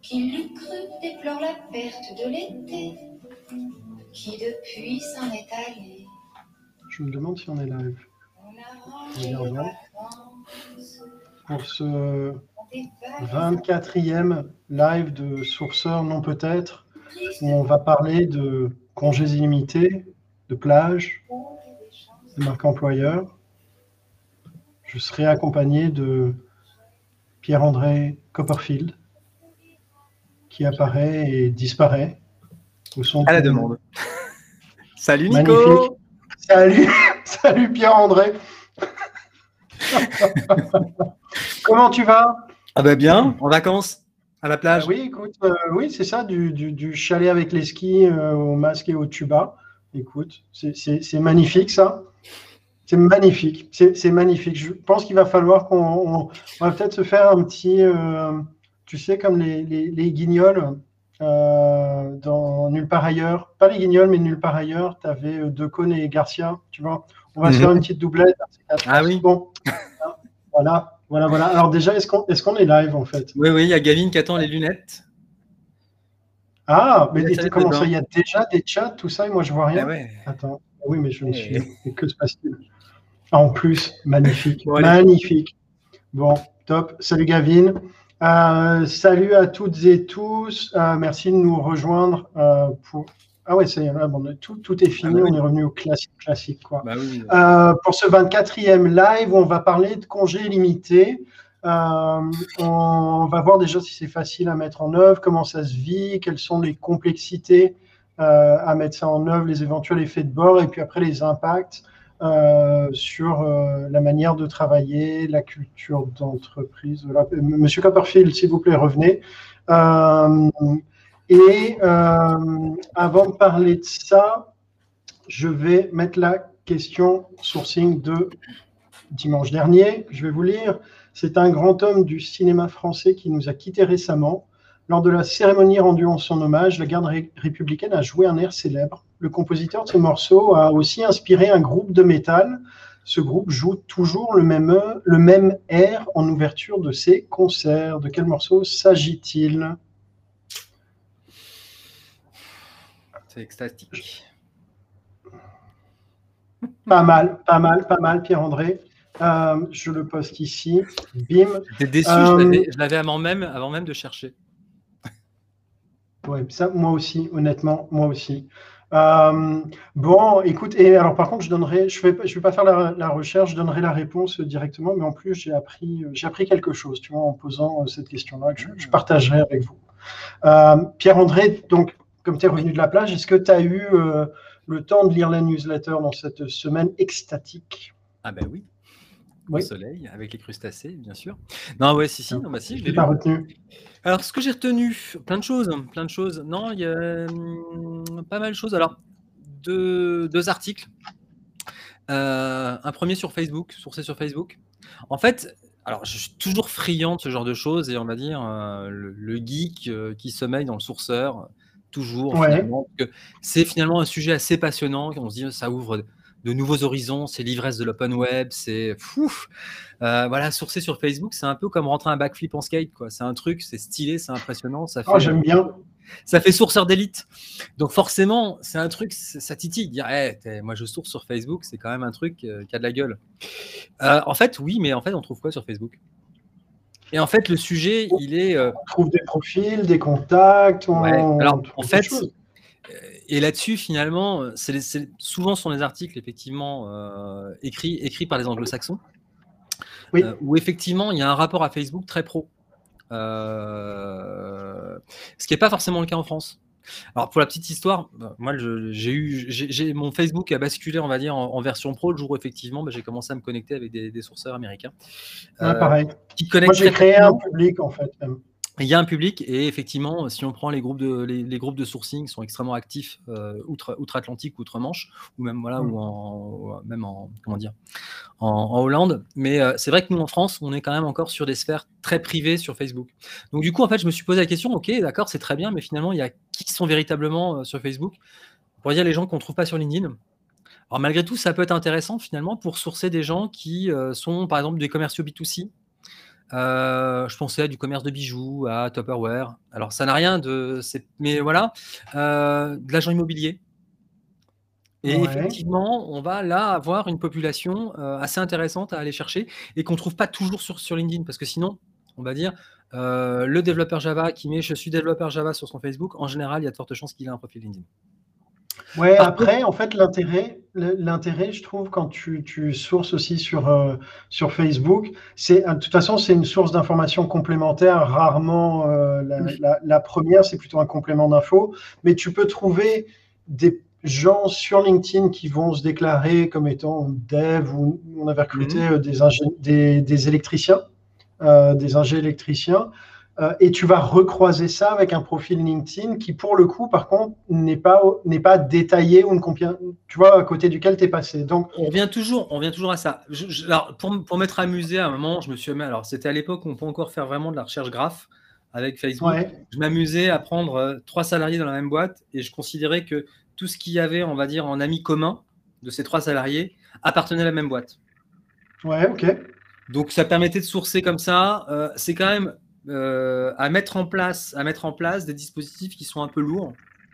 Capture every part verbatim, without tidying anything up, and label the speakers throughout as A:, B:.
A: Qui l'eût cru déplore la perte de l'été, qui depuis s'en est allé.
B: Je me demande si on est live.
A: On a rangé les
B: Regardons.
A: vacances,
B: Pour ce
A: des valises
B: vingt-quatrième live de Sourceur Non Peut-être,
A: tristes,
B: où on va parler de congés illimités, de plage,
A: pauvres et des chances.
B: de marque employeur. Je serai accompagné de Pierre-André Copperfield, qui apparaît et disparaît au son
C: À la
B: de-
C: demande. Salut Nico.
B: Magnifique. Salut, salut Pierre-André. Comment tu vas?
C: Ah bah bien, en vacances, à la
B: Ah
C: plage.
B: oui, écoute, euh, oui, c'est ça, du, du- du chalet avec les skis euh, au masque et au tuba. Écoute, c'est- c'est c'est magnifique ça. C'est magnifique. C'est c'est magnifique. Je pense qu'il va falloir qu'on on- on va peut-être se faire un petit, euh, tu sais, comme les, les, les guignols euh, dans Nulle part ailleurs. Pas les guignols, mais Nulle part ailleurs. Tu avais Decaune et Garcia, tu vois. On va se faire une petite doublette.
C: Ah oui.
B: Bon, voilà, voilà, voilà. Alors déjà, est-ce qu'on est-ce qu'on est live en fait?
C: Oui, oui, il y a Gavin qui attend les lunettes.
B: Ah, mais
C: Oui,
B: et
C: ça va être
B: comment
C: bien.
B: ça? Il y a déjà des chats, tout ça, et moi je vois rien.
C: Ah ouais.
B: Attends, oui, mais je me
C: Eh.
B: suis. Mais que se passe-t-il? Ah, en plus, magnifique,
C: Bon, allez.
B: magnifique. Bon, top. Salut Gavin. Euh, salut à toutes et tous. Euh, merci de nous rejoindre euh, pour. Ah ouais, ça y est, là, bon, tout, tout est fini.
C: Ah bah oui.
B: On est revenu au classique, classique quoi.
C: Bah oui.
B: Euh, pour ce vingt-quatrième live, on va parler de congés illimités. Euh, on va voir déjà si c'est facile à mettre en œuvre, comment ça se vit, quelles sont les complexités euh, à mettre ça en œuvre, les éventuels effets de bord, et puis après les impacts euh, sur euh, la manière de travailler, la culture d'entreprise. Voilà. Monsieur Copperfield, s'il vous plaît, revenez. Euh, et euh, avant de parler de ça, je vais mettre la question sourcing de dimanche dernier. Je vais vous lire. C'est un grand homme du cinéma français qui nous a quittés récemment. Lors de la cérémonie rendue en son hommage, la garde ré- républicaine a joué un air célèbre. Le compositeur de ce morceau a aussi inspiré un groupe de métal. Ce groupe joue toujours le même, le même air en ouverture de ses concerts. De quel morceau s'agit-il?
C: C'est extatique.
B: Pas mal, pas mal, pas mal, Pierre-André. Euh, je le poste ici. Bim.
C: J'étais déçu,
B: Euh,
C: je l'avais- je l'avais avant même, avant même de chercher.
B: Ouais, ça, moi aussi, honnêtement, moi aussi. Euh, bon, écoute, et alors par contre, je donnerai, je vais, je vais pas faire la, la recherche, je donnerai la réponse directement, mais en plus, j'ai appris, j'ai appris quelque chose, tu vois, en posant euh, cette question-là, que je, je partagerai avec vous. Euh, Pierre-André, donc, comme tu es revenu de la plage, est-ce que tu as eu euh, le temps de lire la newsletter dans cette semaine extatique?
C: Ah ben oui. Au
B: Oui.
C: soleil, avec les crustacés, bien sûr. Non, ouais, si, si, non, bah si, je
B: Je
C: l'ai
B: l'ai pas
C: lu.
B: retenu.
C: Alors, ce que j'ai retenu, plein de choses, plein de choses. Non, il y a hum, pas mal de choses. Alors, deux, deux articles. Euh, un premier sur Facebook, sourcé sur Facebook. En fait, alors je suis toujours friand de ce genre de choses et on va dire euh, le, le geek euh, qui sommeille dans le sourceur, toujours
B: Ouais.
C: finalement. Que c'est finalement un sujet assez passionnant. On se dit ça ouvre de nouveaux horizons, c'est l'ivresse de l'open web, c'est fou. Euh, voilà, sourcer sur Facebook, c'est un peu comme rentrer un backflip en skate, quoi. C'est un truc, c'est stylé, c'est impressionnant, ça fait.
B: Oh, j'aime bien.
C: Ça fait sourceur d'élite. Donc forcément, c'est un truc, ça titille. Dire, hey, moi je source sur Facebook, c'est quand même un truc euh, qui a de la gueule. Euh, en fait, oui, mais en fait, on trouve quoi sur Facebook? Et en fait, le sujet, il est. Euh...
B: On trouve des profils, des contacts. On...
C: Ouais. Alors,
B: on
C: en fait,
B: euh,
C: et là-dessus, finalement, c'est, c'est, souvent ce sont des articles effectivement euh, écrits, écrits par les anglo-saxons,
B: oui.
C: euh, où effectivement, il y a un rapport à Facebook très pro. Euh, ce qui n'est pas forcément le cas en France. Alors pour la petite histoire, moi je, j'ai eu, j'ai, j'ai, mon Facebook a basculé, on va dire, en, en version pro le jour où effectivement bah, j'ai commencé à me connecter avec des, des sourceurs américains.
B: Ouais, euh, pareil.
C: Qui connectent
B: moi j'ai créé un public en fait. Même.
C: Il y a un public et effectivement, si on prend les groupes de, les, les groupes de sourcing, sont extrêmement actifs euh, outre, outre-Atlantique, outre-Manche, ou même voilà, mmh. ou en, même en comment dire, en, en Hollande. Mais euh, c'est vrai que nous en France, on est quand même encore sur des sphères très privées sur Facebook. Donc du coup, en fait, je me suis posé la question. Ok, d'accord, c'est très bien, mais finalement, il y a qui sont véritablement euh, sur Facebook? On pourrait dire les gens qu'on ne trouve pas sur LinkedIn. Alors malgré tout, ça peut être intéressant finalement pour sourcer des gens qui euh, sont, par exemple, des commerciaux B deux C. Euh, je pensais à du commerce de bijoux, à Tupperware. Alors, ça n'a rien de... Mais voilà, euh, de l'agent immobilier. Et
B: Ouais.
C: effectivement, on va là avoir une population euh, assez intéressante à aller chercher et qu'on ne trouve pas toujours sur, sur LinkedIn. Parce que sinon, on va dire, euh, le développeur Java qui met « je suis développeur Java » sur son Facebook, en général, il y a de fortes chances qu'il ait un profil LinkedIn.
B: Ouais,
C: Par
B: après,
C: contre,
B: en fait, l'intérêt, l'intérêt, je trouve, quand tu, tu sources aussi sur, euh, sur Facebook, c'est, de toute façon, c'est une source d'information complémentaire. Rarement, euh, la, la, la première, c'est plutôt un complément d'infos. Mais tu peux trouver des gens sur LinkedIn qui vont se déclarer comme étant dev, ou on avait recruté
C: mm-hmm.
B: des, ingé- des, des électriciens, euh, des ingé électriciens. Euh, et tu vas recroiser ça avec un profil LinkedIn qui, pour le coup, par contre, n'est pas, n'est pas détaillé ou ne contient, tu vois, à côté duquel tu es passé. Donc,
C: on revient toujours, on revient toujours à ça. Je, je, alors, pour, pour m'être amusé à un moment, je me suis amusé. Alors, c'était à l'époque où on peut encore faire vraiment de la recherche graph avec Facebook.
B: ouais.
C: Je m'amusais à prendre euh, trois salariés dans la même boîte et je considérais que tout ce qu'il y avait, on va dire, en amis communs de ces trois salariés appartenait à la même boîte.
B: Ouais, ok.
C: Donc, ça permettait de sourcer comme ça. Euh, c'est quand même euh, à mettre en place, à mettre en place des dispositifs qui sont un peu lourds.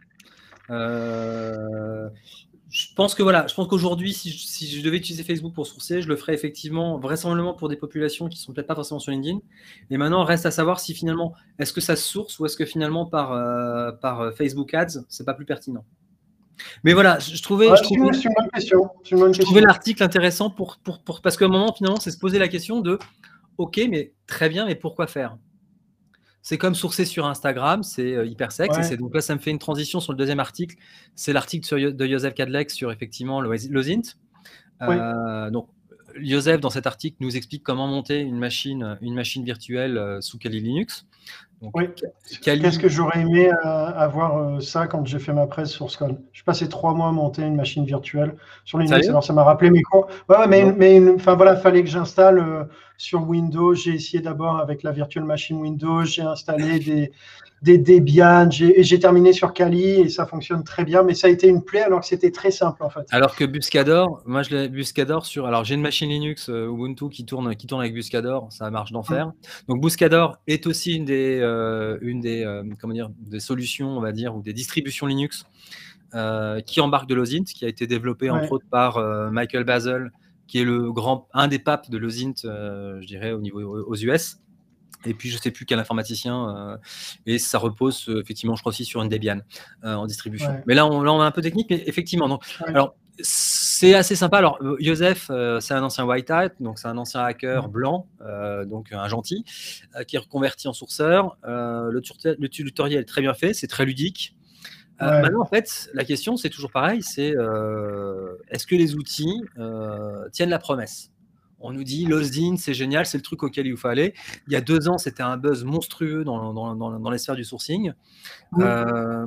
C: Euh, je pense que voilà, je pense qu'aujourd'hui, si, si je devais utiliser Facebook pour sourcer, je le ferais effectivement, vraisemblablement pour des populations qui sont peut-être pas forcément sur LinkedIn. Et maintenant, reste à savoir si finalement, est-ce que ça se source ou est-ce que finalement par euh, par Facebook Ads, c'est pas plus pertinent. Mais voilà, je, je trouvais,
B: Ouais,
C: je trouvais,
B: c'est une bonne question. C'est une bonne
C: je trouvais
B: question.
C: l'article intéressant pour, pour, pour parce qu'à un moment finalement, c'est se poser la question de, ok, mais très bien, mais pourquoi faire? C'est comme sourcer sur Instagram, c'est euh, hyper sexe.
B: Ouais.
C: Et c'est, donc là, ça me fait une transition sur le deuxième article. C'est l'article sur, de Joseph Kadlec sur effectivement l'Ozint.
B: Oui.
C: Euh, donc, Joseph, dans cet article, nous explique comment monter une machine, une machine virtuelle euh, sous Kali Linux. Donc,
B: oui.
C: Kali...
B: Qu'est-ce que j'aurais aimé euh, avoir euh, ça quand j'ai fait ma presse sur Scon. Je passais trois mois à monter une machine virtuelle sur Linux.
C: Sérieux?
B: Alors ça m'a rappelé mes cours. Ouais, mais, bon. mais enfin voilà, fallait que j'installe euh, sur Windows. J'ai essayé d'abord avec la virtual machine Windows. J'ai installé des, des Debian. J'ai, j'ai terminé sur Kali et ça fonctionne très bien. Mais ça a été une plaie alors que c'était très simple en fait.
C: Alors que Buscador, moi je l'ai Buscador sur. Alors j'ai une machine Linux euh, Ubuntu qui tourne, qui tourne avec Buscador, ça marche d'enfer. Mmh. Donc Buscador est aussi une des, euh, une des, euh, comment dire, des solutions, on va dire, ou des distributions Linux euh, qui embarque de l'Ozint, qui a été développé ouais. entre autres par euh, Michael Bazel, qui est le grand, un des papes de l'Ozint, euh, je dirais, au niveau aux U S. Et puis, je ne sais plus quel informaticien. Euh, et ça repose, euh, effectivement, je crois aussi sur une Debian euh, en distribution. Ouais. Mais là on, là, on est un peu technique, mais effectivement. Donc, ouais. Alors, c'est assez sympa. Alors, Joseph, euh, c'est un ancien white hat, donc c'est un ancien hacker ouais. blanc, euh, donc un gentil, euh, qui est reconverti en sourceur. Euh, le, tutoriel, le tutoriel est très bien fait, c'est très ludique. Euh, ouais. Maintenant, en fait, la question, c'est toujours pareil, c'est euh, est-ce que les outils euh, tiennent la promesse ? On nous dit l'Ozint, c'est génial, c'est le truc auquel il faut aller. Il y a deux ans, c'était un buzz monstrueux dans, dans, dans, dans les sphères du sourcing. Oui. Euh,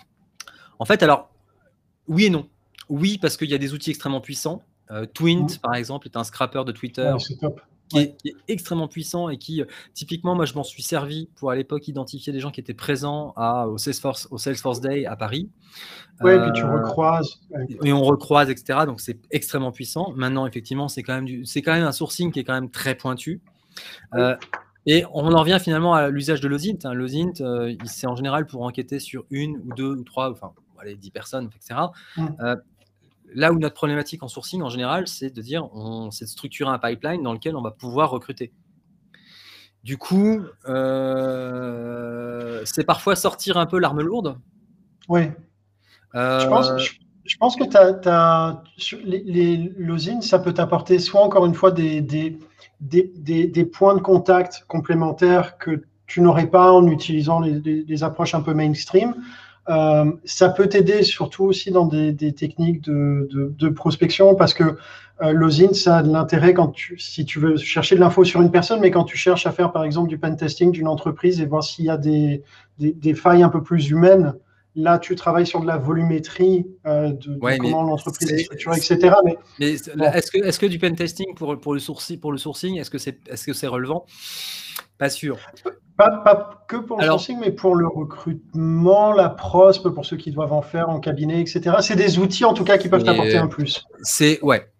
C: en fait, alors, oui et non. Oui, parce qu'il y a des outils extrêmement puissants. Euh, Twint, oui. par exemple, est un scrapper de Twitter.
B: Ouais, c'est top.
C: Qui, est, qui est extrêmement puissant et qui, typiquement, moi, je m'en suis servi pour, à l'époque, identifier des gens qui étaient présents à, au, Salesforce, au Salesforce Day à Paris.
B: Oui, euh, puis tu recroises.
C: Et on recroise, et cetera. Donc, c'est extrêmement puissant. Maintenant, effectivement, c'est quand même, du, c'est quand même un sourcing qui est quand même très pointu. Oui. Euh, et on en revient finalement à l'usage de l'Ozint. Hein. L'Ozint, euh, c'est en général pour enquêter sur une ou deux ou trois, enfin, allez, dix personnes, et cetera. Mm. Euh, Là où notre problématique en sourcing, en général, c'est de dire, on, c'est de structurer un pipeline dans lequel on va pouvoir recruter. Du coup, euh, c'est parfois sortir un peu l'arme lourde.
B: Oui. Euh, je, pense, je, je pense que t'as, t'as, les, les l'Ozint, ça peut t'apporter soit encore une fois des, des, des, des, des points de contact complémentaires que tu n'aurais pas en utilisant les, les, les approches un peu mainstream. Euh, ça peut t'aider surtout aussi dans des, des techniques de, de, de prospection parce que euh, l'Ozint, ça a de l'intérêt quand tu, si tu veux chercher de l'info sur une personne, mais quand tu cherches à faire par exemple du pen testing d'une entreprise et voir s'il y a des, des, des failles un peu plus humaines, là tu travailles sur de la volumétrie euh, de,
C: ouais,
B: de comment l'entreprise est structurée, et cetera. Mais,
C: mais bon. est-ce que, est-ce que du pen testing pour, pour, le, sourcing, pour le sourcing, est-ce que c'est, est-ce que c'est relevant ? Pas sûr.
B: Pas, pas que pour le
C: Alors,
B: sourcing, mais pour le recrutement, la prospe, pour ceux qui doivent en faire en cabinet, et cetera. C'est des outils, en tout cas, qui peuvent t'apporter un plus.
C: C'est, ouais,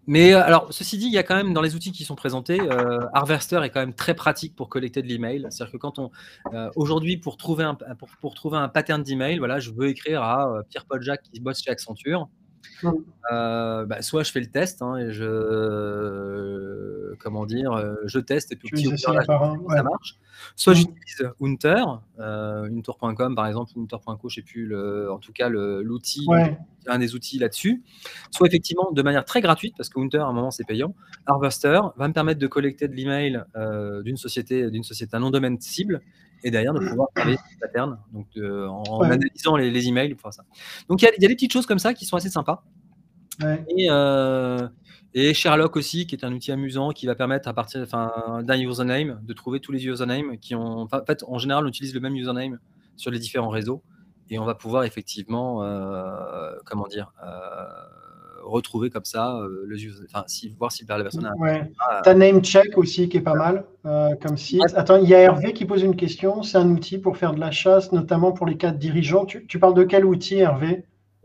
C: Mais alors, ceci dit, il y a quand même dans les outils qui sont présentés, euh, Harvester est quand même très pratique pour collecter de l'email. C'est-à-dire que quand on, euh, aujourd'hui, pour trouver un, pour, pour trouver un pattern d'email, voilà, je veux écrire à euh, Pierre-Paul Jacques qui bosse chez Accenture.
B: Mm.
C: Euh, bah, soit je fais le test hein, et je, euh, comment dire, euh, je teste et puis
B: Tu
C: petit
B: les essayes un par un,
C: ça
B: ouais.
C: marche. Soit
B: Mm.
C: j'utilise Hunter, euh, hunter point com par exemple, hunter point co, je sais plus, le, en tout cas l'outil,
B: Ouais.
C: un des outils là-dessus. Soit effectivement de manière très gratuite, parce que Hunter à un moment c'est payant, Harvester va me permettre de collecter de l'email euh, d'une société, d'une société, un nom de domaine cible, et derrière de pouvoir travailler sur le pattern, donc de, en, en
B: Ouais.
C: analysant les, les emails. Enfin, ça. Donc il y, y a des petites choses comme ça qui sont assez sympas.
B: Ouais.
C: Et, euh, et Sherlock aussi, qui est un outil amusant qui va permettre à partir enfin, d'un username de trouver tous les usernames qui ont. En fait, en général, on utilise le même username sur les différents réseaux et on va pouvoir effectivement, euh, comment dire, euh, retrouver comme ça euh, le user, enfin, si, voir si la personne a.
B: Ouais.
C: Ah,
B: T'as NameCheck aussi qui est pas mal euh, comme site.
C: Ouais.
B: Attends, il y a Hervé qui pose une question. C'est un outil pour faire de la chasse, notamment pour les cadres dirigeants. Tu, tu parles de quel outil, Hervé?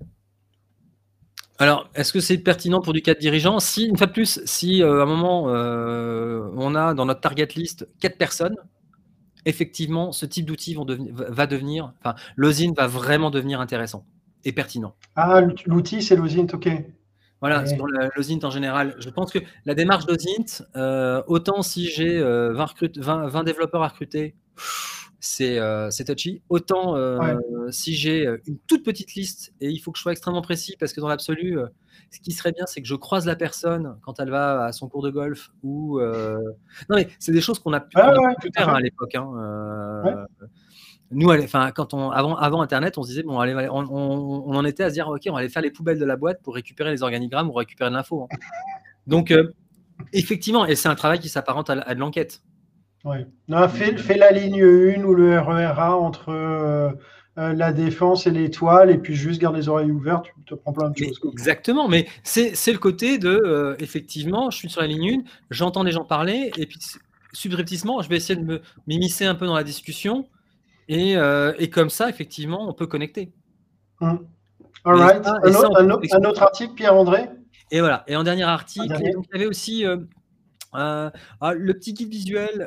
C: Alors, est-ce que c'est pertinent pour du cadre dirigeant? Si, une fois de plus, si euh, à un moment, euh, on a dans notre target list quatre personnes, effectivement, ce type d'outil va devenir, enfin, l'Ozint va vraiment devenir intéressant et pertinent.
B: Ah, l'outil, c'est l'Ozint, ok.
C: Voilà,
B: Ouais.
C: sur l'Ozint en général. Je pense que la démarche d'Ozint, euh, autant si j'ai euh, vingt, vingt, vingt développeurs à recruter, c'est euh, touchy. Autant euh,
B: Ouais.
C: si j'ai une toute petite liste et il faut que je sois extrêmement précis parce que dans l'absolu, euh, ce qui serait bien, c'est que je croise la personne quand elle va à son cours de golf ou. Euh... Non, mais c'est des choses qu'on a pu,
B: Ouais,
C: qu'on a
B: ouais,
C: pu
B: tout à
C: faire hein,
B: fait.
C: à l'époque. Hein. Euh...
B: Ouais.
C: Nous, enfin, quand on, avant, avant Internet, on se disait, bon, allez, on, on, on en était à se dire, ok, on va aller faire les poubelles de la boîte pour récupérer les organigrammes ou récupérer de l'info. Hein. Donc, euh, effectivement, et c'est un travail qui s'apparente à, à de l'enquête.
B: Ouais. Non, fais, fais la ligne un ou le R E R A entre euh, euh, la Défense et l'Étoile, et puis juste garde les oreilles ouvertes, tu te prends plein de
C: Mais
B: choses. Quoi.
C: Exactement, mais c'est le côté de, euh, effectivement, je suis sur la ligne un, j'entends des gens parler, et puis subrepticement, je vais essayer de m'immiscer un peu dans la discussion, et, euh, et comme ça, effectivement, on peut connecter.
B: Mm. All right.
C: Ça,
B: un,
C: ça,
B: autre, un, autre, un autre article, Pierre-André?
C: Et voilà. Et en dernier article,
B: dernier.
C: donc, il y avait aussi euh, euh, ah, le petit guide visuel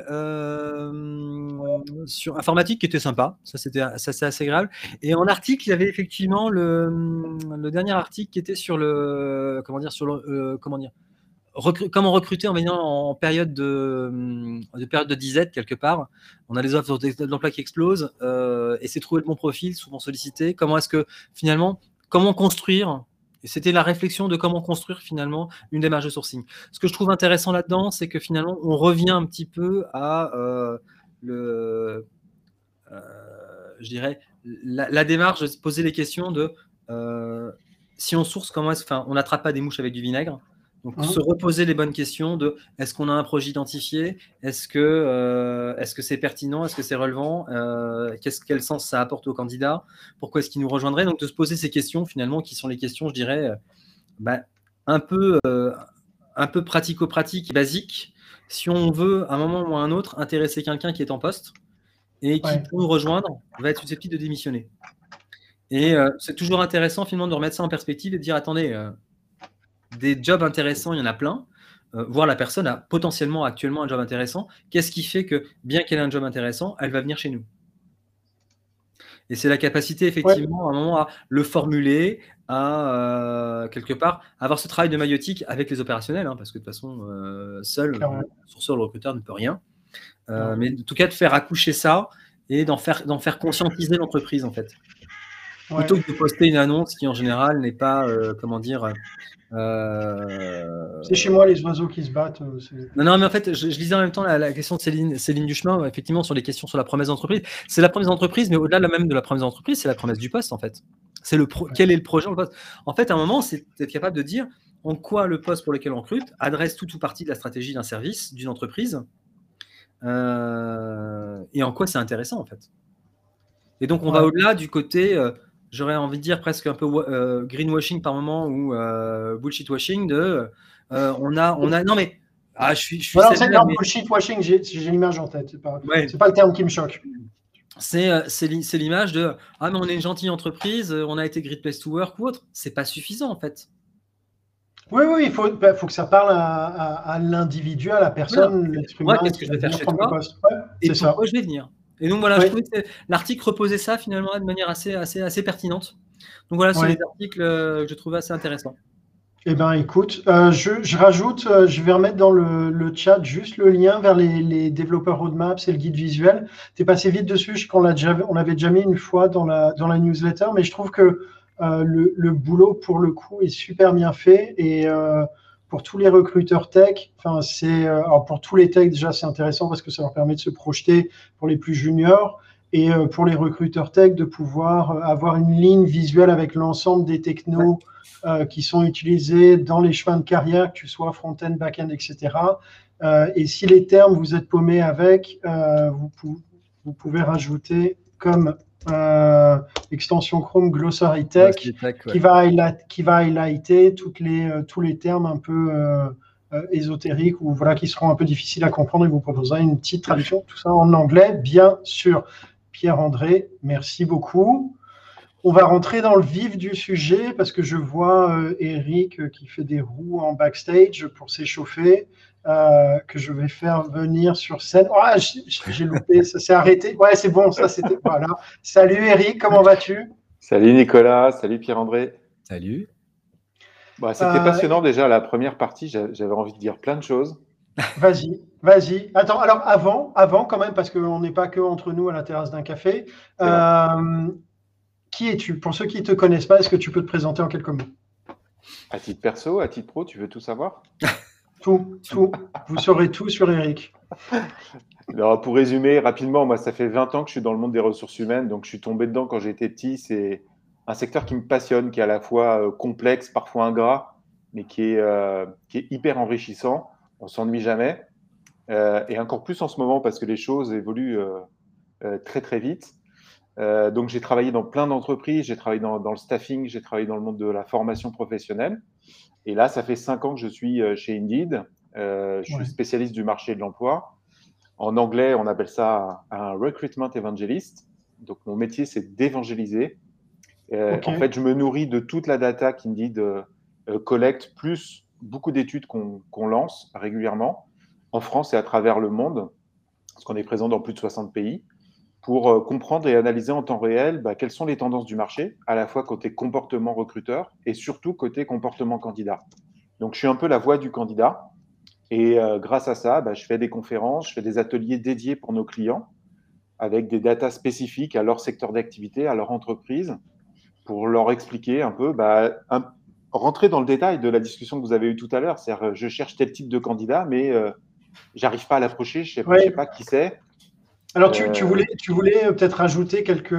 C: euh, sur informatique qui était sympa. Ça, c'était assez agréable. Et en article, il y avait effectivement le, le dernier article qui était sur le comment dire sur le euh, comment dire recru comment recruter en venant en période de, de période de disette quelque part. On a les offres d'emploi qui explosent euh, et c'est trouver le bon profil, souvent sollicité. Comment est-ce que finalement comment construire? Et c'était la réflexion de comment construire finalement une démarche de sourcing. Ce que je trouve intéressant là-dedans, c'est que finalement, on revient un petit peu à euh, le, euh, je dirais, la, la démarche de se poser les questions de euh, si on source, comment est-ce, enfin, on n'attrape pas des mouches avec du vinaigre. Donc, mmh. se reposer les bonnes questions de est-ce qu'on a un projet identifié, est-ce que euh, est-ce que c'est pertinent, est-ce que c'est relevant, euh, qu'est-ce, quel sens ça apporte au candidat, pourquoi est-ce qu'il nous rejoindrait. Donc, de se poser ces questions, finalement, qui sont les questions, je dirais, euh, bah, un peu, euh, un peu pratico-pratiques et basiques, si on veut, à un moment ou à un autre, intéresser quelqu'un qui est en poste et qui, ouais. pour nous rejoindre, va être susceptible de démissionner. Et euh, c'est toujours intéressant, finalement, de remettre ça en perspective et de dire, attendez, euh, des jobs intéressants, il y en a plein. Euh, voir la personne a potentiellement actuellement un job intéressant. Qu'est-ce qui fait que, bien qu'elle ait un job intéressant, elle va venir chez nous? Et c'est la capacité, effectivement, ouais. à un moment, à le formuler, à, euh, quelque part, avoir ce travail de maïotique avec les opérationnels, hein, parce que de toute façon, euh, seul, le sourceur, le recruteur ne peut rien. Euh, ouais. Mais en tout cas, de faire accoucher ça et d'en faire, d'en faire conscientiser l'entreprise, en fait. Ouais. Plutôt que de poster une annonce qui, en général, n'est pas, euh, comment dire...
B: Euh... C'est chez moi les oiseaux qui se battent.
C: Non, non, mais en fait, je, je lisais en même temps la, la question de Céline, Céline Duchemin, effectivement, sur les questions sur la promesse d'entreprise. C'est la promesse d'entreprise, mais au-delà même de la promesse d'entreprise, c'est la promesse du poste, en fait. C'est le pro... ouais. Quel est le projet, le poste. En fait, à un moment, c'est d'être capable de dire en quoi le poste pour lequel on recrute adresse tout ou partie de la stratégie d'un service, d'une entreprise, euh... et en quoi c'est intéressant, en fait. Et donc, on ouais. va au-delà du côté... Euh, j'aurais envie de dire presque un peu euh, greenwashing par moment ou euh, bullshit washing de euh, on a on a non mais ah, je suis je suis
B: voilà, sévère, non, mais... bullshit washing, j'ai l'image en tête, c'est pas ouais. c'est pas le terme qui me choque.
C: C'est c'est l'image de ah mais on est une gentille entreprise, on a été Great Place to Work ou autre, c'est pas suffisant en fait.
B: Oui, oui, il faut, bah, faut que ça parle à, à, à l'individu, à la
C: Voilà.
B: personne, l'être
C: Moi,
B: humain
C: qu'est-ce
B: qui
C: que je
B: va
C: vais faire
B: venir
C: chez
B: prendre le
C: toi
B: poste. Ouais,
C: et
B: c'est ça.
C: pourquoi je vais venir? Et donc voilà, je
B: Oui,
C: trouvais que l'article reposait ça finalement de manière assez, assez, assez pertinente. Donc voilà, c'est
B: oui.
C: les articles euh, que je trouvais assez intéressants.
B: Eh ben, écoute, euh, je, je rajoute, euh, je vais remettre dans le, le chat juste le lien vers les, les développeurs roadmaps et le guide visuel. Tu es passé vite dessus, je crois qu'on l'a déjà, on l'avait déjà mis une fois dans la, dans la newsletter, mais je trouve que euh, le, le boulot, pour le coup, est super bien fait. Et euh, pour tous les recruteurs tech, enfin, c'est, euh, alors pour tous les techs, déjà, c'est intéressant parce que ça leur permet de se projeter pour les plus juniors. Et euh, pour les recruteurs tech, de pouvoir euh, avoir une ligne visuelle avec l'ensemble des
C: Ouais.
B: technos euh, qui sont utilisés dans les chemins de carrière, que tu sois front-end, back-end, et cetera. Euh, et si les termes, vous êtes paumé avec, euh, vous, pou vous, pouvez rajouter comme euh, extension Chrome Glossary Tech,
C: Tech, ouais.
B: qui, va highlight, qui va highlighter toutes les, euh, tous les termes un peu euh, euh, ésotériques ou voilà, qui seront un peu difficiles à comprendre et vous proposerez une petite traduction, tout ça en anglais, bien sûr. Pierre-André, merci beaucoup. On va rentrer dans le vif du sujet parce que je vois euh, Eric euh, qui fait des roues en backstage pour s'échauffer, euh, que je vais faire venir sur scène. Ah, j'ai loupé, ça s'est arrêté. Ouais, c'est bon, ça c'était. Voilà. Salut Eric, comment vas-tu?
D: Salut Nicolas, salut Pierre-André.
C: Salut.
D: Bah, c'était
B: Euh,
D: passionnant déjà la première partie, j'avais envie de dire plein de choses.
B: Vas-y, vas-y. Attends, alors avant, avant quand même, parce qu'on n'est pas que entre nous à la terrasse d'un café. Euh, qui es-tu? Pour ceux qui ne te connaissent pas, est-ce que tu peux te présenter en quelques mots?
D: À titre perso, à titre pro, tu veux tout savoir?
B: Tout, tout. Vous saurez tout sur Eric.
D: Alors, pour résumer rapidement, moi, ça fait vingt ans que je suis dans le monde des ressources humaines, donc je suis tombé dedans quand j'étais petit. C'est un secteur qui me passionne, qui est à la fois euh, complexe, parfois ingrat, mais qui est, euh, qui est hyper enrichissant. On s'ennuie jamais. Euh, et encore plus en ce moment parce que les choses évoluent euh, euh, très, très vite. Euh, donc, j'ai travaillé dans plein d'entreprises, j'ai travaillé dans, dans le staffing, j'ai travaillé dans le monde de la formation professionnelle. Et là, ça fait cinq ans que je suis chez Indeed. Euh, je
B: Ouais.
D: suis spécialiste du marché de l'emploi. En anglais, on appelle ça un recruitment evangelist. Donc, mon métier, c'est d'évangéliser. Euh,
B: Okay.
D: En fait, je me nourris de toute la data qu'Indeed euh, collecte, plus beaucoup d'études qu'on qu'on lance régulièrement en France et à travers le monde, parce qu'on est présent dans plus de soixante pays, pour euh, comprendre et analyser en temps réel bah, quelles sont les tendances du marché, à la fois côté comportement recruteur et surtout côté comportement candidat. Donc, je suis un peu la voix du candidat. Et euh, grâce à ça, bah, je fais des conférences, je fais des ateliers dédiés pour nos clients avec des datas spécifiques à leur secteur d'activité, à leur entreprise, pour leur expliquer un peu, bah, un, rentrer dans le détail de la discussion que vous avez eue tout à l'heure. C'est-à-dire, je cherche tel type de candidat, mais euh, j'arrive pas à l'approcher, je ne sais,
B: ouais.
D: sais pas qui c'est.
B: Alors, tu, tu, voulais, tu voulais peut-être ajouter quelques,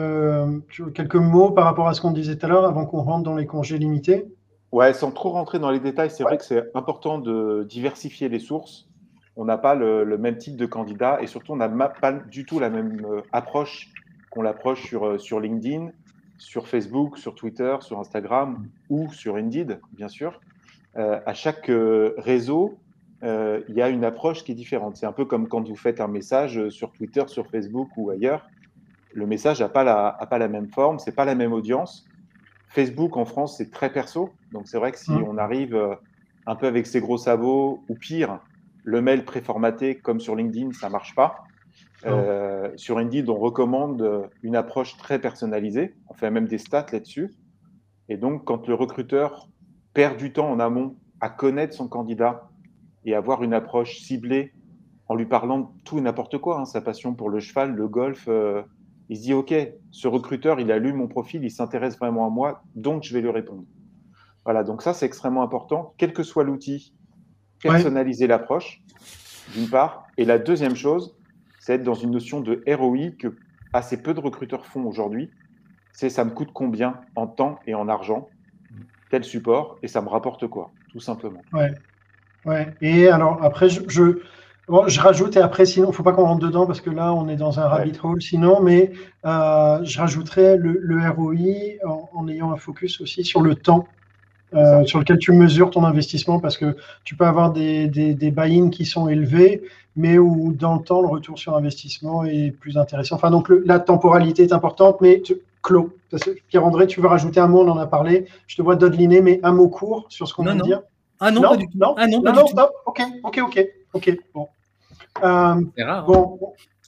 B: quelques mots par rapport à ce qu'on disait tout à l'heure avant qu'on rentre dans les congés limités?
D: Ouais, sans trop rentrer dans les détails, c'est
B: ouais.
D: vrai que c'est important de diversifier les sources. On n'a pas le, le, même type de candidat et surtout, on n'a pas du tout la même euh, approche qu'on l'approche sur, euh, sur LinkedIn, sur Facebook, sur Twitter, sur Instagram ou sur Indeed, bien sûr. Euh, à chaque euh, réseau, euh, il y a une approche qui est différente. C'est un peu comme quand vous faites un message sur Twitter, sur Facebook ou ailleurs. Le message n'a pas, la, a pas la même forme, ce n'est pas la même audience. Facebook en France, c'est très perso. Donc, c'est vrai que si
B: Mmh.
D: on arrive un peu avec ses gros sabots, ou pire, le mail préformaté comme sur LinkedIn, ça ne marche pas. Oh. Euh, sur Indeed, on recommande une approche très personnalisée. On fait même des stats là-dessus. Et donc, quand le recruteur perd du temps en amont à connaître son candidat et avoir une approche ciblée en lui parlant de tout et n'importe quoi, hein, sa passion pour le cheval, le golf, euh, il se dit, OK, ce recruteur, il a lu mon profil, il s'intéresse vraiment à moi, donc je vais lui répondre. Voilà, donc ça, c'est extrêmement important. Quel que soit l'outil, personnaliser ouais. l'approche, d'une part. Et la deuxième chose, c'est être dans une notion de R O I que assez peu de recruteurs font aujourd'hui. C'est ça me coûte combien en temps et en argent, tel support, et ça me rapporte quoi, tout simplement.
B: Ouais, ouais. Et alors, après, je... je... Bon, je rajoute, et après, sinon, il ne faut pas qu'on rentre dedans parce que là, on est dans un rabbit ouais. hole sinon, mais euh, je rajouterais le, le R O I en, en ayant un focus aussi sur le temps euh, sur lequel tu mesures ton investissement parce que tu peux avoir des, des, des buy-in qui sont élevés, mais où dans le temps, le retour sur investissement est plus intéressant. Enfin, donc, le, la temporalité est importante, mais tu, clos. Pierre-André, tu veux rajouter un mot? On en a parlé. Je te vois dodeliner, mais un mot court sur ce qu'on vient de dire.
C: Ah non,
B: non,
C: pas du tout.
B: Non,
C: ah non,
B: non,
C: pas
B: non,
C: du tout.
B: stop. Ok, ok, ok, ok. Bon. Euh,
C: C'est rare.
B: bon,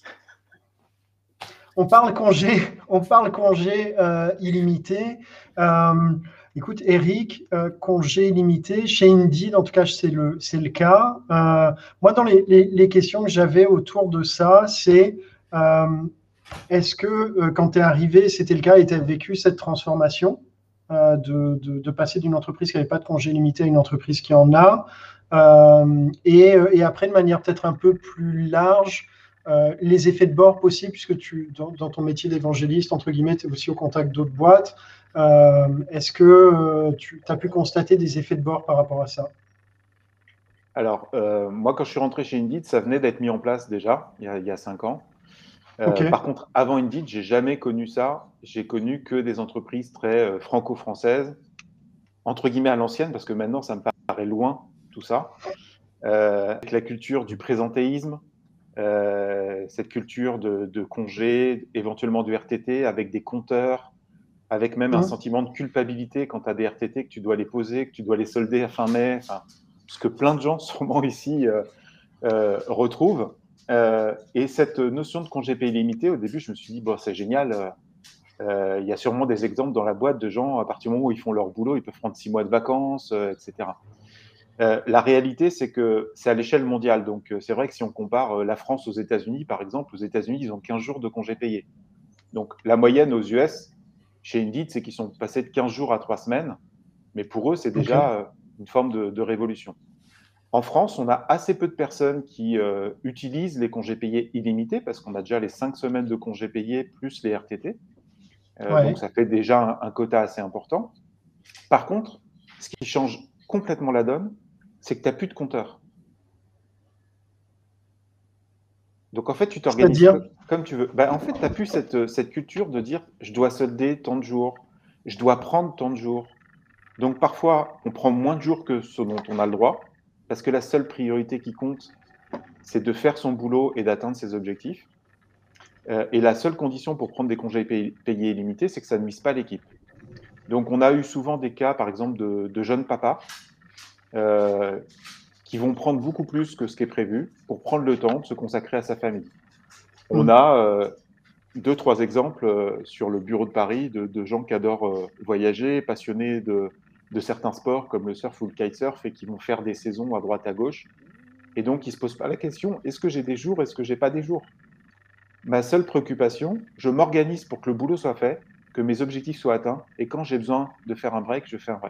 B: on parle congé, on parle congé euh, illimité. Euh, écoute, Eric, euh, congé illimité, chez Indeed, en tout cas, c'est le, c'est le cas. Euh, moi, dans les, les, les questions que j'avais autour de ça, c'est euh, est-ce que euh, quand tu es arrivé, c'était le cas et tu as vécu cette transformation euh, de, de, de passer d'une entreprise qui n'avait pas de congé illimité à une entreprise qui en a euh, et, et après, de manière peut-être un peu plus large, Euh, les effets de bord possibles, puisque tu, dans, dans ton métier d'évangéliste, entre guillemets, tu es aussi au contact d'autres boîtes. Euh, est-ce que euh, tu as pu constater des effets de bord par rapport à ça?
D: Alors, euh, moi, quand je suis rentré chez Indeed, ça venait d'être mis en place déjà, il y a, il y a cinq ans. Euh,
B: okay.
D: Par contre, avant Indeed, j'ai jamais connu ça. J'ai connu que des entreprises très euh, franco-françaises, entre guillemets à l'ancienne, parce que maintenant, ça me paraît loin, tout ça. Euh, avec la culture du présentéisme, Euh, cette culture de, de congé, éventuellement du R T T, avec des compteurs, avec même mmh. un sentiment de culpabilité quand tu as des R T T, que tu dois les poser, que tu dois les solder à fin mai, enfin, ce que plein de gens sûrement ici euh, euh, retrouvent. Euh, et cette notion de congé payé limité, au début, je me suis dit, bon, c'est génial, il euh, y a sûrement des exemples dans la boîte de gens, à partir du moment où ils font leur boulot, ils peuvent prendre six mois de vacances, euh, et cetera. Euh, la réalité, c'est que c'est à l'échelle mondiale. Donc, euh, c'est vrai que si on compare euh, la France aux États-Unis, par exemple, aux États-Unis, ils ont quinze jours de congés payés. Donc, la moyenne aux U S, chez Indeed, c'est qu'ils sont passés de quinze jours à trois semaines. Mais pour eux, c'est déjà okay. euh, une forme de, de révolution. En France, on a assez peu de personnes qui euh, utilisent les congés payés illimités parce qu'on a déjà les cinq semaines de congés payés plus les R T T. Euh, ouais. Donc, ça fait déjà un, un quota assez important. Par contre, ce qui change complètement la donne, c'est que tu n'as plus de compteur. Donc, en fait, tu t'organises comme, comme tu veux. Ben, en fait, tu n'as plus cette, cette culture de dire je dois solder tant de jours, je dois prendre tant de jours. Donc, parfois, on prend moins de jours que ce dont on a le droit, parce que la seule priorité qui compte, c'est de faire son boulot et d'atteindre ses objectifs. Euh, et la seule condition pour prendre des congés payés, payés illimités, c'est que ça ne nuise pas l'équipe. Donc, on a eu souvent des cas, par exemple, de, de jeunes papas euh, qui vont prendre beaucoup plus que ce qui est prévu pour prendre le temps de se consacrer à sa famille. On mmh. a euh, deux, trois exemples euh, sur le bureau de Paris de, de gens qui adorent euh, voyager, passionnés de, de certains sports comme le surf ou le kitesurf et qui vont faire des saisons à droite à gauche. Et donc, ils ne se posent pas la question, est-ce que j'ai des jours, est-ce que j'ai pas des jours? Ma seule préoccupation, je m'organise pour que le boulot soit fait, que mes objectifs soient atteints, et quand j'ai besoin de faire un break, je fais un break.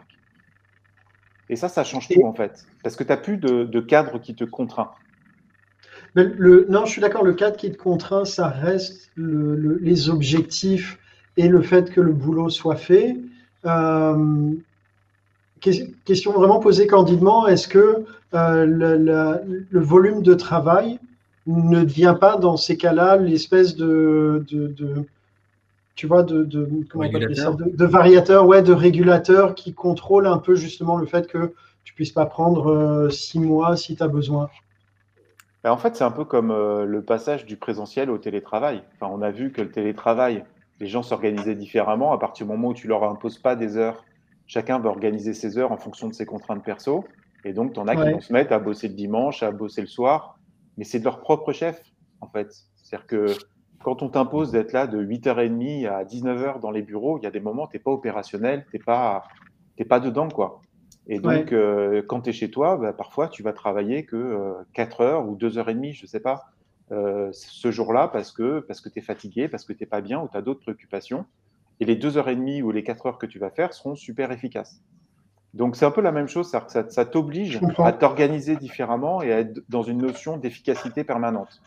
D: Et ça, ça change tout, en fait. Parce que tu n'as plus de, de cadre qui te contraint.
B: Mais le, non, je suis d'accord, le cadre qui te contraint, ça reste le, le, les objectifs et le fait que le boulot soit fait. Euh, question vraiment posée candidement, est-ce que euh, le, le, le volume de travail ne devient pas, dans ces cas-là, l'espèce de, de, de tu vois, de, de, comment on appelle ça, de, de variateur, ouais, de régulateur qui contrôle un peu justement le fait que tu puisses pas prendre euh, six mois si tu as besoin.
D: En fait, c'est un peu comme euh, le passage du présentiel au télétravail. Enfin, on a vu que le télétravail, les gens s'organisaient différemment à partir du moment où tu leur imposes pas des heures. Chacun va organiser ses heures en fonction de ses contraintes perso. Et donc, tu en as ouais. qui vont se mettre à bosser le dimanche, à bosser le soir. Mais c'est de leur propre chef, en fait. C'est-à-dire que quand on t'impose d'être là de huit heures trente à dix-neuf heures dans les bureaux, il y a des moments où tu n'es pas opérationnel, tu n'es pas, t'es pas dedans, quoi. Et donc, ouais. euh, quand tu es chez toi, bah, parfois, tu vas travailler que euh, quatre heures ou deux heures trente, je ne sais pas, euh, ce jour-là, parce que, parce que tu es fatigué, parce que tu n'es pas bien ou tu as d'autres préoccupations. Et les deux heures trente ou les quatre heures que tu vas faire seront super efficaces. Donc, c'est un peu la même chose, c'est-à-dire que ça, ça t'oblige à t'organiser différemment et à être dans une notion d'efficacité permanente.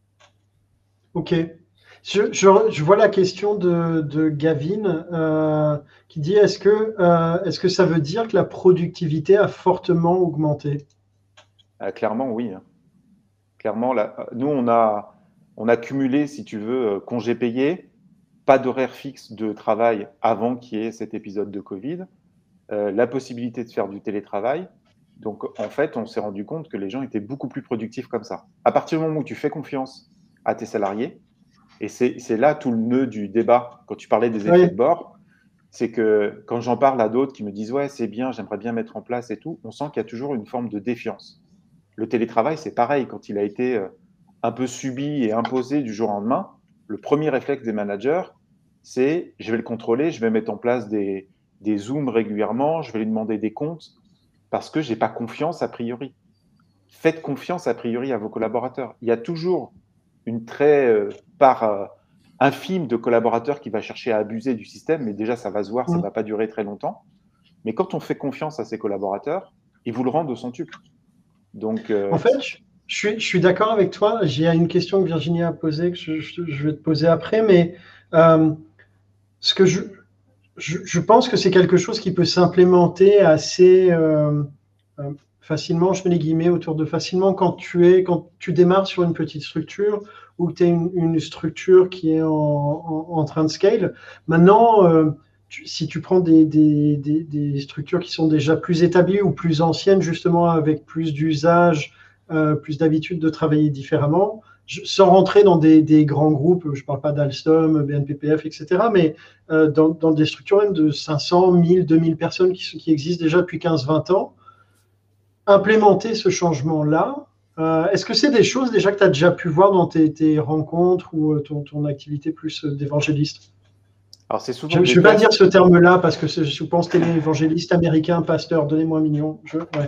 B: Ok. Je, je, je vois la question de, de Gavin euh, qui dit est-ce que, euh, est-ce que ça veut dire que la productivité a fortement augmenté?
D: euh, Clairement, oui. Clairement, là, nous, on a, on a cumulé, si tu veux, congés payés, pas d'horaire fixe de travail avant qu'il y ait cet épisode de Covid, euh, la possibilité de faire du télétravail. Donc, en fait, on s'est rendu compte que les gens étaient beaucoup plus productifs comme ça. À partir du moment où tu fais confiance à tes salariés, Et c'est c'est là tout le nœud du débat. Quand tu parlais des effets
B: Oui.
D: de bord, c'est que quand j'en parle à d'autres qui me disent « ouais, c'est bien, j'aimerais bien mettre en place et tout », on sent qu'il y a toujours une forme de défiance. Le télétravail, c'est pareil. Quand il a été euh, un peu subi et imposé du jour au lendemain, le premier réflexe des managers, c'est « je vais le contrôler, je vais mettre en place des, des Zooms régulièrement, je vais lui demander des comptes parce que je n'ai pas confiance a priori ». Faites confiance a priori à vos collaborateurs. Il y a toujours une très euh, part euh, infime de collaborateurs qui va chercher à abuser du système, mais déjà ça va se voir, ça ne
B: Mm.
D: va pas durer très longtemps. Mais quand on fait confiance à ses collaborateurs, ils vous le rendent au centuple. Donc, euh,
B: En fait, je, je suis, je suis d'accord avec toi. J'ai une question que Virginie a posée, que je, je- je vais te poser après, mais euh, ce que je, je, je pense que c'est quelque chose qui peut s'implémenter assez euh, euh, facilement, je mets les guillemets autour de facilement, quand tu es, quand tu démarres sur une petite structure ou que tu es une, une structure qui est en, en- en train de scale. Maintenant, euh, tu- si tu prends des, des- des- des structures qui sont déjà plus établies ou plus anciennes, justement avec plus d'usage, euh, plus d'habitude de travailler différemment, je- sans rentrer dans des, des grands groupes, je ne parle pas d'Alstom, B N P P F, et cetera, mais euh, dans, dans des structures même de cinq cents, mille, deux mille personnes qui, qui existent déjà depuis quinze vingt ans, implémenter ce changement-là, euh, est-ce que c'est des choses déjà que tu as déjà pu voir dans tes, tes rencontres ou euh, ton, ton activité plus euh, d'évangéliste?
D: alors c'est souvent
B: Je ne
D: des
B: vais pas
D: tests.
B: dire ce terme-là parce que je pense que l'évangéliste américain, pasteur, donnez-moi un million. Je, ouais.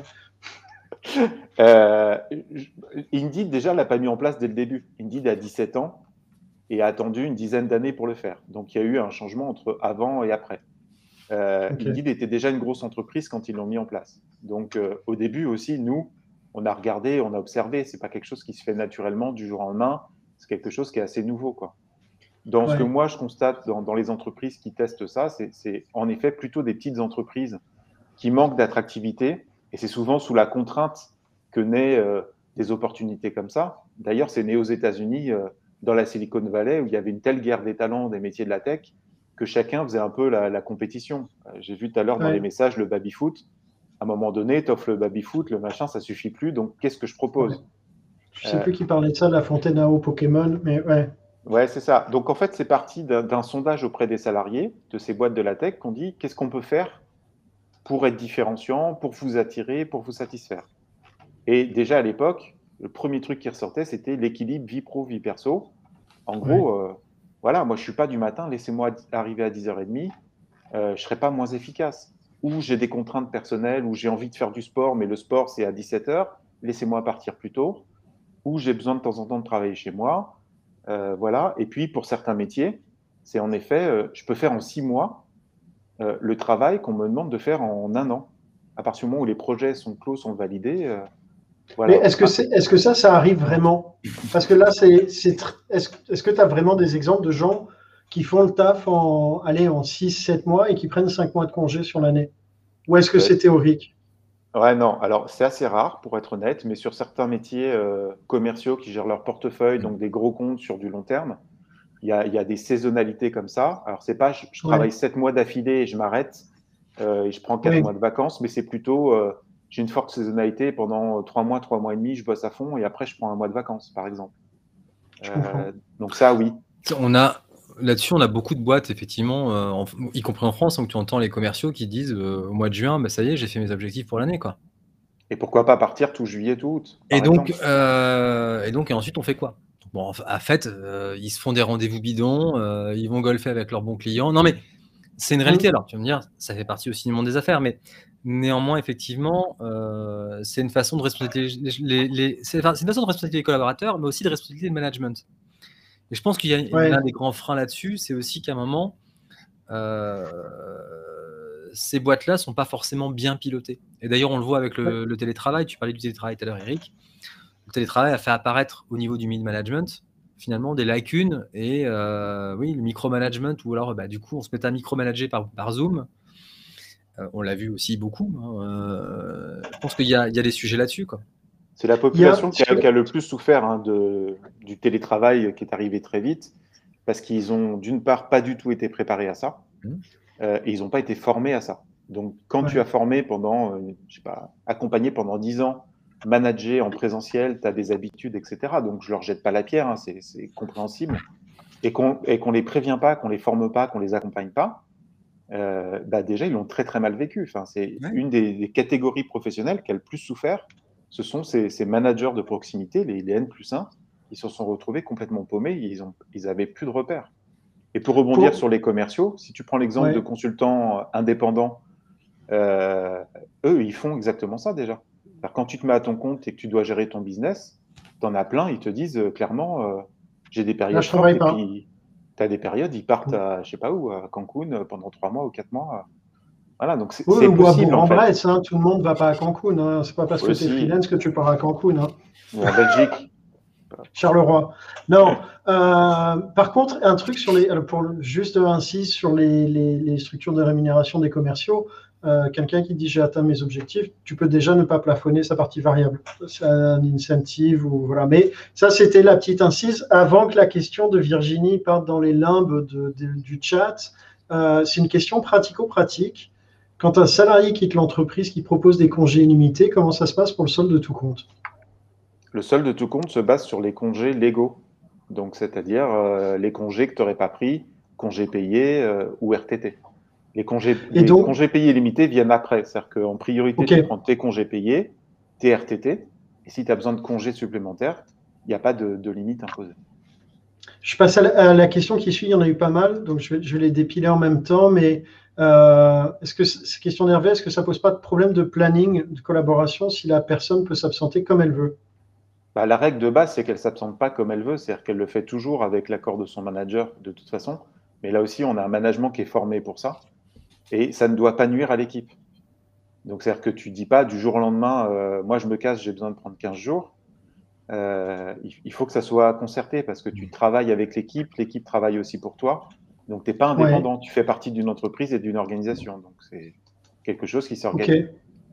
D: Euh, Indeed, déjà, l'a pas mis en place dès le début. Indeed a dix-sept ans et a attendu une dizaine d'années pour le faire. Donc, il y a eu un changement entre avant et après. Euh,
B: Ok.
D: Indeed était déjà une grosse entreprise quand ils l'ont mis en place. Donc, euh, au début aussi, nous, on a regardé, on a observé. C'est pas quelque chose qui se fait naturellement du jour au lendemain. C'est quelque chose qui est assez nouveau, quoi. Dans ce que
B: Ouais.
D: moi, je constate dans, dans les entreprises qui testent ça, c'est en effet plutôt des petites entreprises qui manquent d'attractivité. Et c'est souvent sous la contrainte que naissent euh, des opportunités comme ça. D'ailleurs, c'est né aux États-Unis, euh, dans la Silicon Valley, où il y avait une telle guerre des talents des métiers de la tech que chacun faisait un peu la, la compétition. Euh, J'ai vu tout à l'heure dans les
B: Ouais.
D: messages le baby-foot. À un moment donné, tu offres le baby-foot, le machin, ça suffit plus. Donc, qu'est-ce que je
B: Ouais.
D: propose?
B: Je ne sais
D: euh,
B: plus qui parlait de ça, de la fontaine à eau Pokémon, mais ouais.
D: Ouais, c'est ça. Donc, en fait, c'est parti d'un sondage auprès des salariés de ces boîtes de la tech qu'on dit qu'est-ce qu'on peut faire pour être différenciant, pour vous attirer, pour vous satisfaire. Et déjà à l'époque, le premier truc qui ressortait, c'était l'équilibre vie pro, vie perso. En gros,
B: Ouais.
D: euh, voilà, moi je suis pas du matin, laissez-moi arriver à dix heures trente, euh, je serai pas moins efficace. Ou j'ai des contraintes personnelles, ou j'ai envie de faire du sport, mais le sport c'est à dix-sept heures, laissez-moi partir plus tôt. Ou j'ai besoin de temps en temps de travailler chez moi. Euh, voilà. Et puis pour certains métiers, c'est en effet, euh, je peux faire en six mois euh, le travail qu'on me demande de faire en un an. À partir du moment où les projets sont clos, sont validés, euh,
B: Mais
D: voilà.
B: est-ce que,
D: Ah,
B: c'est, est-ce que ça, ça arrive vraiment? Parce que là, c'est, c'est tr- est-ce, est-ce que tu as vraiment des exemples de gens qui font le taf en, allez, en six sept mois et qui prennent cinq mois de congé sur l'année? Ou est-ce que
D: euh,
B: c'est théorique?
D: ouais, non. Alors, c'est assez rare, pour être honnête, mais sur certains métiers euh, commerciaux qui gèrent leur portefeuille, donc des gros comptes sur du long terme, il y a, il y a des saisonnalités comme ça. Alors, c'est pas je, je
B: Ouais.
D: travaille sept mois d'affilée et je m'arrête euh, et je prends quatre
B: Oui,
D: mois de vacances, mais c'est plutôt euh, j'ai une forte saisonnalité pendant trois mois, trois mois et demi, je bosse à fond et après je prends un mois de vacances, par exemple.
B: je
D: Euh,
B: comprends.
D: donc ça, oui.
C: On a là-dessus, on a beaucoup de boîtes effectivement, euh, en- y compris en France, où tu entends les commerciaux qui disent euh, au mois de juin, bah, ça y est, j'ai fait mes objectifs pour l'année, quoi.
D: Et pourquoi pas partir tout juillet, tout août,
C: Et
D: par
C: donc,
D: exemple.
C: euh, et donc, et ensuite, on fait quoi? Bon, en en fait, euh, ils se font des rendez-vous bidons, euh, ils vont golfer avec leurs bons clients. Non, mais c'est une réalité.
B: Hum,
C: Alors, tu vas me dire, ça fait partie aussi du monde des affaires, mais néanmoins, effectivement, euh, c'est une façon de responsabiliser les, les- les- c'est enfin, c'est une façon de responsabiliser les collaborateurs, mais aussi de responsabiliser le management. Et je pense qu'il y a
B: ouais,
C: l'un des grands freins là-dessus, c'est aussi qu'à un moment, euh, ces boîtes-là sont pas forcément bien pilotées. Et d'ailleurs, on le voit avec
B: ouais.
C: le, le télétravail. Tu parlais du télétravail tout à l'heure, Eric. Le télétravail a fait apparaître au niveau du mid-management finalement des lacunes et euh, oui, le micromanagement, ou alors bah, du coup on se met à micromanager par, par Zoom. Euh, on l'a vu aussi beaucoup. Hein. Euh, je pense qu'il y a, il y a des sujets là-dessus, quoi.
D: C'est la
B: Il y a,
D: population qui a, qui a le plus souffert hein, de, du télétravail qui est arrivé très vite, parce qu'ils ont d'une part pas du tout été préparés à ça,
C: Mmh.
D: euh, et ils n'ont pas été formés à ça. Donc quand tu
B: ouais,
D: as formé pendant, euh, je sais pas, accompagné pendant dix ans, managé en présentiel, tu as des habitudes, et cetera. Donc je leur jette pas la pierre, hein, c'est c'est compréhensible. et qu'on et qu'on les prévient pas, qu'on les forme pas, qu'on les accompagne pas, euh, bah déjà ils l'ont très très mal vécu. Enfin, c'est
C: Ouais.
D: une des, des catégories professionnelles qui a le plus souffert. Ce sont ces, ces managers de proximité, les, les N plus un, qui se sont retrouvés complètement paumés. Ils ont, ils avaient plus de repères. Et pour rebondir
B: Pour...
D: sur les commerciaux, si tu prends l'exemple de
B: Ouais.
D: consultants indépendants, euh, eux ils font exactement ça déjà. Alors, quand tu te mets à ton compte et que tu dois gérer ton business, t'en as plein, ils te disent euh, clairement, euh, j'ai des
B: Là,
D: périodes
B: je
D: fortes
B: travaille
D: et
B: pas.
D: puis tu as des périodes, ils partent à je sais pas où, à Cancun euh, pendant trois mois ou quatre mois. euh. Voilà, donc c'est
B: Oui,
D: c'est
B: ou à
D: possible en fait.
B: Bourg-en-Bresse, hein, tout le monde ne va pas à Cancun. Hein. C'est pas parce que tu es
D: Aussi,
B: freelance que tu pars à Cancun. Hein.
D: ou en Belgique.
B: Charleroi. Non. Euh, par contre, un truc sur les, alors pour juste insiste sur les, les, les structures de rémunération des commerciaux. Euh, Quelqu'un qui dit j'ai atteint mes objectifs, tu peux déjà ne pas plafonner sa partie variable. C'est un incentive ou voilà. Mais ça, c'était la petite incise avant que la question de Virginie parte dans les limbes de, de, du chat. Euh, c'est une question pratico-pratique. Quand un salarié quitte l'entreprise qui propose des congés illimités, comment ça se passe pour le solde de tout compte?
D: Le solde de tout compte se base sur les congés légaux. Donc, c'est-à-dire euh, les congés que tu n'aurais pas pris, congés payés euh, ou R T T. Les congés,
B: Et
D: les
B: donc,
D: congés payés limités viennent après. C'est-à-dire qu'en priorité,
B: ok.
D: tu prends tes congés payés, tes R T T, et si tu as besoin de congés supplémentaires, il n'y a pas de, de limite imposée.
B: Je passe à la, à la question qui suit, il y en a eu pas mal, donc je vais, je vais les dépiler en même temps, mais euh, est-ce que cette question d'Hervé, est-ce que ça pose pas de problème de planning, de collaboration, si la personne peut s'absenter comme elle veut?
D: Bah, la règle de base, c'est qu'elle ne s'absente pas comme elle veut, c'est-à-dire qu'elle le fait toujours avec l'accord de son manager de toute façon. Mais là aussi, on a un management qui est formé pour ça, et ça ne doit pas nuire à l'équipe. Donc, c'est-à-dire que tu ne dis pas du jour au lendemain, euh, moi je me casse, j'ai besoin de prendre quinze jours. Euh, il, il faut que ça soit concerté parce que tu travailles avec l'équipe, l'équipe travaille aussi pour toi. Donc, tu n'es pas
B: Ouais,
D: indépendant, tu fais partie d'une entreprise et d'une organisation. Donc, c'est quelque chose qui
B: ok.
D: s'organise.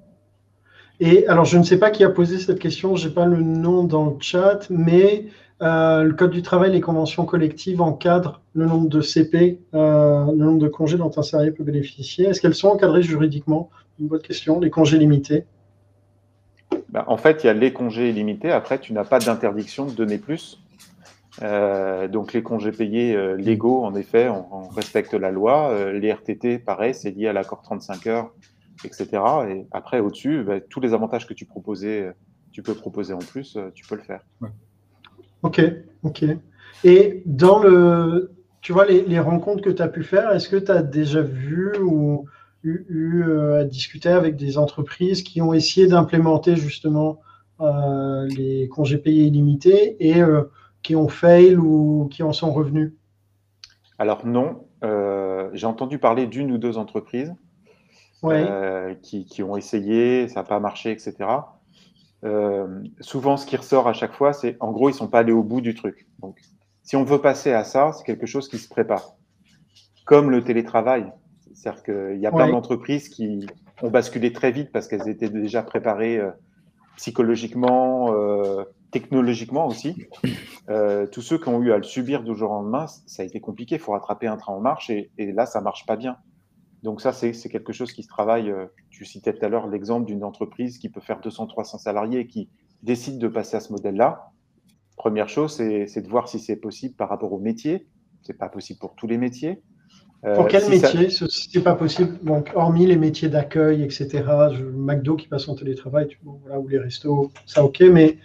B: Et alors, je ne sais pas qui a posé cette question, je n'ai pas le nom dans le chat, mais euh, le Code du travail, les conventions collectives encadrent le nombre de C P, euh, le nombre de congés dont un salarié peut bénéficier. Est-ce qu'elles sont encadrées juridiquement? Une bonne question, les congés limités.
D: Ben, en fait, il y a les congés illimités. Après, tu n'as pas d'interdiction de donner plus. Euh, donc, les congés payés euh, légaux, en effet, on, on respecte la loi. Euh, les R T T, pareil, c'est lié à l'accord trente-cinq heures, et cetera. Et après, au-dessus, ben, tous les avantages que tu proposais, tu peux proposer en plus, euh, tu peux le faire.
C: Ouais.
B: Ok, ok. Et dans le, tu vois, les, les rencontres que tu as pu faire, est-ce que tu as déjà vu ou eu, eu euh, à discuter avec des entreprises qui ont essayé d'implémenter justement euh, les congés payés illimités et euh, qui ont fail ou qui en sont revenus?
D: Alors non, euh, j'ai entendu parler d'une ou deux entreprises
B: Oui,
D: euh, qui, qui ont essayé, ça n'a pas marché, et cetera. Euh, souvent, ce qui ressort à chaque fois, c'est en gros, ils ne sont pas allés au bout du truc. Donc, si on veut passer à ça, c'est quelque chose qui se prépare. Comme le télétravail. C'est-à-dire qu'il y a plein
B: oui,
D: d'entreprises qui ont basculé très vite parce qu'elles étaient déjà préparées euh, psychologiquement, euh, technologiquement aussi. Euh, tous ceux qui ont eu à le subir du jour au lendemain, ça a été compliqué. Il faut rattraper un train en marche et, et là, ça ne marche pas bien. Donc ça, c'est quelque chose qui se travaille. Euh, tu citais tout à l'heure l'exemple d'une entreprise qui peut faire deux cents, trois cents salariés et qui décide de passer à ce modèle-là. Première chose, c'est de voir si c'est possible par rapport au métier. Ce n'est pas possible pour tous les métiers.
B: pour
D: Euh,
B: quel
D: si ça,
B: métier? Ce n'est pas possible. Donc, hormis les métiers d'accueil, et cetera, je, McDo qui passe en télétravail, tu vois, voilà, ou les restos, ça ok, mais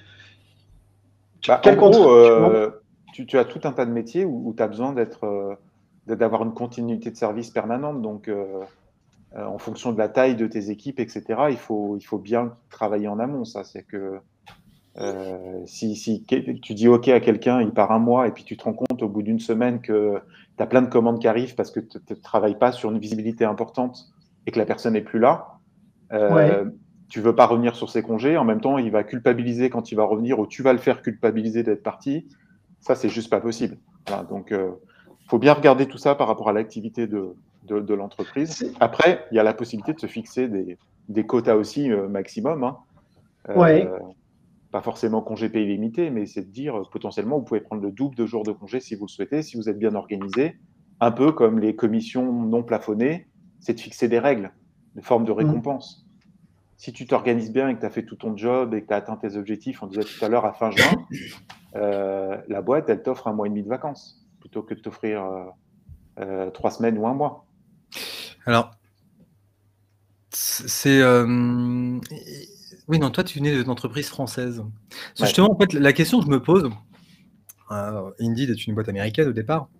B: tu-
D: bah, en
B: quel
D: gros,
B: contrat, tu vois?
D: euh, tu, tu, as tout un tas de métiers où, où tu as besoin d'être, euh, d'avoir une continuité de service permanente. Donc, euh, euh, en fonction de la taille de tes équipes, et cetera, il faut, il faut bien travailler en amont. Ça, c'est que euh, si, si tu dis OK à quelqu'un, il part un mois, et puis tu te rends compte au bout d'une semaine que tu as plein de commandes qui arrivent parce que tu ne travailles pas sur une visibilité importante et que la personne n'est plus là,
B: Ouais.
D: euh, tu veux pas revenir sur ses congés. En même temps, il va culpabiliser quand il va revenir ou tu vas le faire culpabiliser d'être parti. Ça, c'est juste pas possible. Voilà, donc, il euh, faut bien regarder tout ça par rapport à l'activité de, de, de l'entreprise. Après, il y a la possibilité de se fixer des, des quotas aussi euh, maximum. Hein.
B: Ouais.
D: Euh, pas forcément congé payé limité, mais c'est de dire euh, potentiellement, vous pouvez prendre le double de jours de congé si vous le souhaitez, si vous êtes bien organisé. Un peu comme les commissions non plafonnées, c'est de fixer des règles, des formes de
B: Mm.
D: récompense. Si tu t'organises bien et que tu as fait tout ton job et que tu as atteint tes objectifs, on disait tout à l'heure à fin juin, euh, la boîte, elle t'offre un mois et demi de vacances. plutôt que de t'offrir euh, euh, trois semaines ou un mois.
C: Alors, c'est... Euh... Oui, non, toi, tu venais d'une entreprise française.
D: Ouais.
C: Justement, en fait, la question que je me pose, euh, Indeed est une boîte américaine au départ,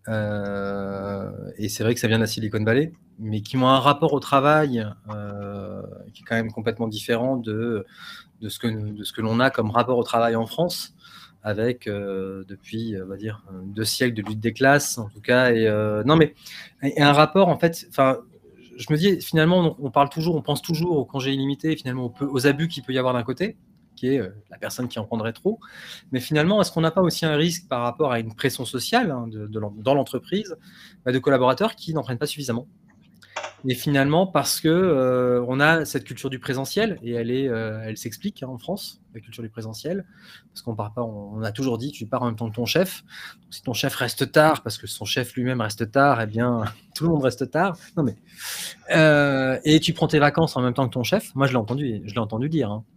C: euh, et c'est vrai que ça vient de la Silicon Valley, mais qui ont un rapport au travail euh, qui est quand même complètement différent de, de ce que, de ce que l'on a comme rapport au travail en France, avec euh, depuis, on va dire, deux siècles de lutte des classes, en tout cas. Et euh, non, mais et un rapport, en fait, enfin, je me dis, finalement, on parle toujours, on pense toujours au congé illimité, finalement, on peut, aux abus qu'il peut y avoir d'un côté, qui est euh, la personne qui en prendrait trop. Mais finalement, est-ce qu'on n'a pas aussi un risque par rapport à une pression sociale hein, de, de, dans l'entreprise, bah, de collaborateurs qui n'en prennent pas suffisamment? Et finalement, parce que euh, on a cette culture du présentiel, et elle est, euh, elle s'explique hein, en France, la culture du présentiel, parce qu'on part pas, on, on a toujours dit, tu pars en même temps que ton chef. Donc, si ton chef reste tard, parce que son chef lui-même reste tard, eh bien, tout le monde reste tard. Non mais, euh, et tu prends tes vacances en même temps que ton chef. Moi, je l'ai entendu, je l'ai entendu dire. Hein.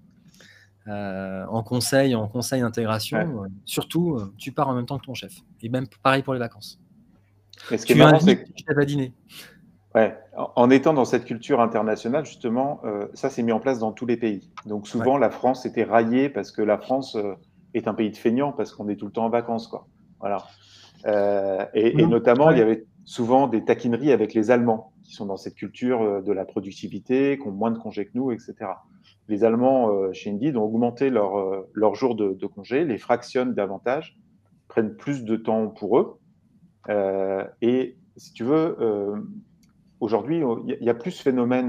C: Euh, en conseil, en conseil d'intégration, ouais. euh, surtout, euh, tu pars en même temps que ton chef. Et même pareil pour les vacances.
D: Et ce qui
C: tu
D: est marrant,
C: invites
D: c'est
C: ton chef à dîner.
D: Ouais. En étant dans cette culture internationale, justement, euh, ça s'est mis en place dans tous les pays. Donc souvent, ouais. la France était raillée parce que la France euh, est un pays de feignants parce qu'on est tout le temps en vacances, quoi. Voilà. Euh, et, mmh. et notamment, ouais. il y avait souvent des taquineries avec les Allemands qui sont dans cette culture de la productivité, qui ont moins de congés que nous, et cetera. Les Allemands euh, chez Indeed ont augmenté leur, euh, leur jour de, de congé, les fractionnent davantage, prennent plus de temps pour eux. Euh, et si tu veux, euh, aujourd'hui, il y a plus ce phénomène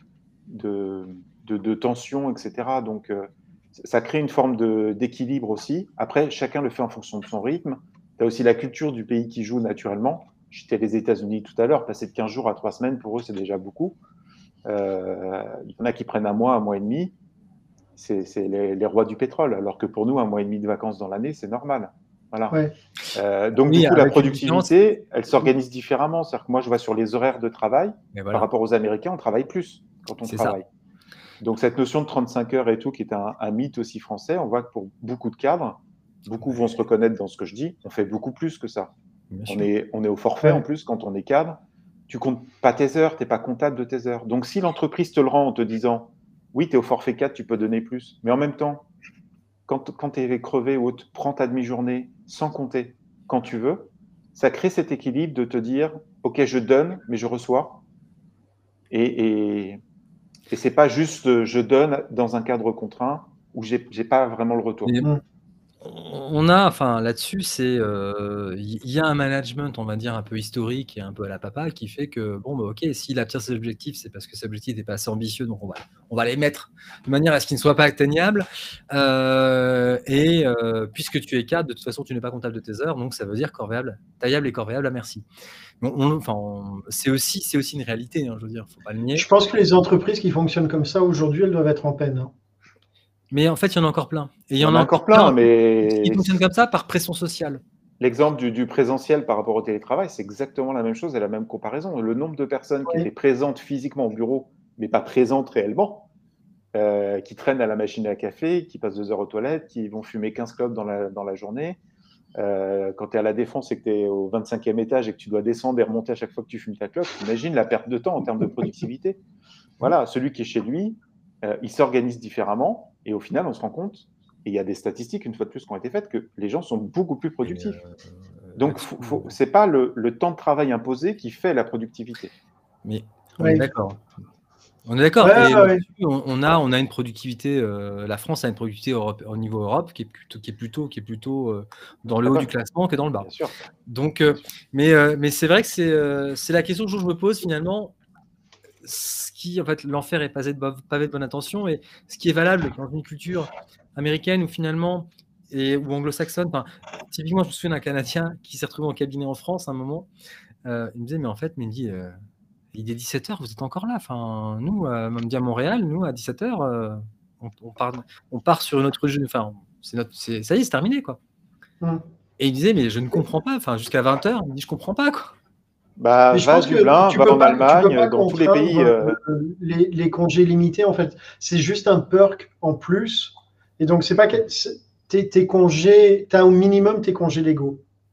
D: de, de, de tension, et cetera. Donc, euh, ça crée une forme d'équilibre aussi. Après, chacun le fait en fonction de son rythme. Tu as aussi la culture du pays qui joue naturellement. J'étais les États-Unis tout à l'heure. Passer de quinze jours à trois semaines, pour eux, c'est déjà beaucoup. Euh, il y en a qui prennent un mois, un mois et demi. C'est les, les rois du pétrole. Alors que pour nous, un mois et demi de vacances dans l'année, c'est normal. Voilà. Ouais. Euh, donc, oui, du coup, la productivité, elle s'organise différemment. C'est-à-dire que moi, je vois sur les horaires de travail, voilà. par rapport aux Américains, on travaille plus quand on travaille. Ça. Donc, cette notion de trente-cinq heures et tout, qui est un, un mythe aussi français, on voit que pour beaucoup de cadres, beaucoup vont se reconnaître dans ce que je dis, on fait beaucoup plus que ça. On est, on est au forfait, ouais. en plus, quand on est cadre. Tu comptes pas tes heures, tu n'es pas comptable de tes heures. Donc, si l'entreprise te le rend en te disant, oui, tu es au forfait cadre, tu peux donner plus. Mais en même temps, quand, quand tu es crevé ou autre, prends ta demi-journée sans compter quand tu veux. Ça crée cet équilibre de te dire, OK, je donne, mais je reçois. Et, et, et ce n'est pas juste je donne dans un cadre contraint où je n'ai pas vraiment le retour.
C: Et on a, enfin, là-dessus, c'est, euh, il y a un management, on va dire, un peu historique et un peu à la papa qui fait que, bon, bah, OK, s'il atteint ses objectifs, c'est parce que ses objectifs n'étaient pas assez ambitieux, donc on va, on va les mettre de manière à ce qu'ils ne soient pas atteignables. Euh, et euh, puisque tu es cadre, de toute façon, tu n'es pas comptable de tes heures, donc ça veut dire corvéable, taillable et corvéable à merci. On, on, enfin, c'est aussi, c'est aussi une réalité, hein, je veux dire, faut pas le nier.
B: Je pense que les entreprises qui fonctionnent comme ça aujourd'hui, elles doivent être en peine. Hein.
C: Mais en fait, il y en a encore plein.
D: Et il y en a encore plein, mais
C: qui fonctionnent comme ça par pression sociale.
D: L'exemple du, du présentiel par rapport au télétravail, c'est exactement la même chose et la même comparaison. Le nombre de personnes qui oui. étaient présentes physiquement au bureau, mais pas présentes réellement, euh, qui traînent à la machine à café, qui passent deux heures aux toilettes, qui vont fumer quinze clopes dans la, dans la journée. Euh, quand tu es à la Défense et que tu es au vingt-cinquième étage et que tu dois descendre et remonter à chaque fois que tu fumes ta clope, imagine la perte de temps en termes de productivité. Voilà, celui qui est chez lui, euh, il s'organise différemment. Et au final, on se rend compte, et il y a des statistiques, une fois de plus, qui ont été faites, que les gens sont beaucoup plus productifs. Euh, Donc, ce n'est pas le, le temps de travail imposé qui fait la productivité.
C: Mais on oui. est d'accord. On est d'accord. Ouais, et ouais. on, on, a, on a une productivité, euh, la France a une productivité Europe, au niveau Europe qui est plutôt, qui est plutôt, qui est plutôt euh, dans le haut du classement que dans le bas.
D: Bien sûr.
C: Donc, euh, mais, euh, mais c'est vrai que c'est euh, la question que je me pose finalement. Ce qui, en fait, l'enfer est pavé de, pavé de bonne intention, et ce qui est valable dans une culture américaine ou finalement, et, ou anglo-saxonne, typiquement, je me souviens d'un Canadien qui s'est retrouvé en cabinet en France à un moment, euh, il me disait, mais en fait, mais il me dit, euh, il est dix-sept heures, vous êtes encore là, enfin, nous, euh, même dit à Montréal, nous, à dix-sept heures, euh, on, on, part, on part sur une autre jeu, enfin, c'est notre, c'est, ça y est, c'est terminé, quoi. Mm. Et il disait, mais je ne comprends pas, enfin, jusqu'à vingt heures, il me dit, je comprends pas, quoi.
D: Bah,
B: mais je
D: va
B: pense
D: à Dublin,
B: que
D: va en
B: pas,
D: Allemagne, dans tous les pays. Euh...
B: Les, les congés limités, en fait, c'est juste un perk en plus. Et donc, c'est pas que tes, tes congés, tu as au minimum tes congés légaux.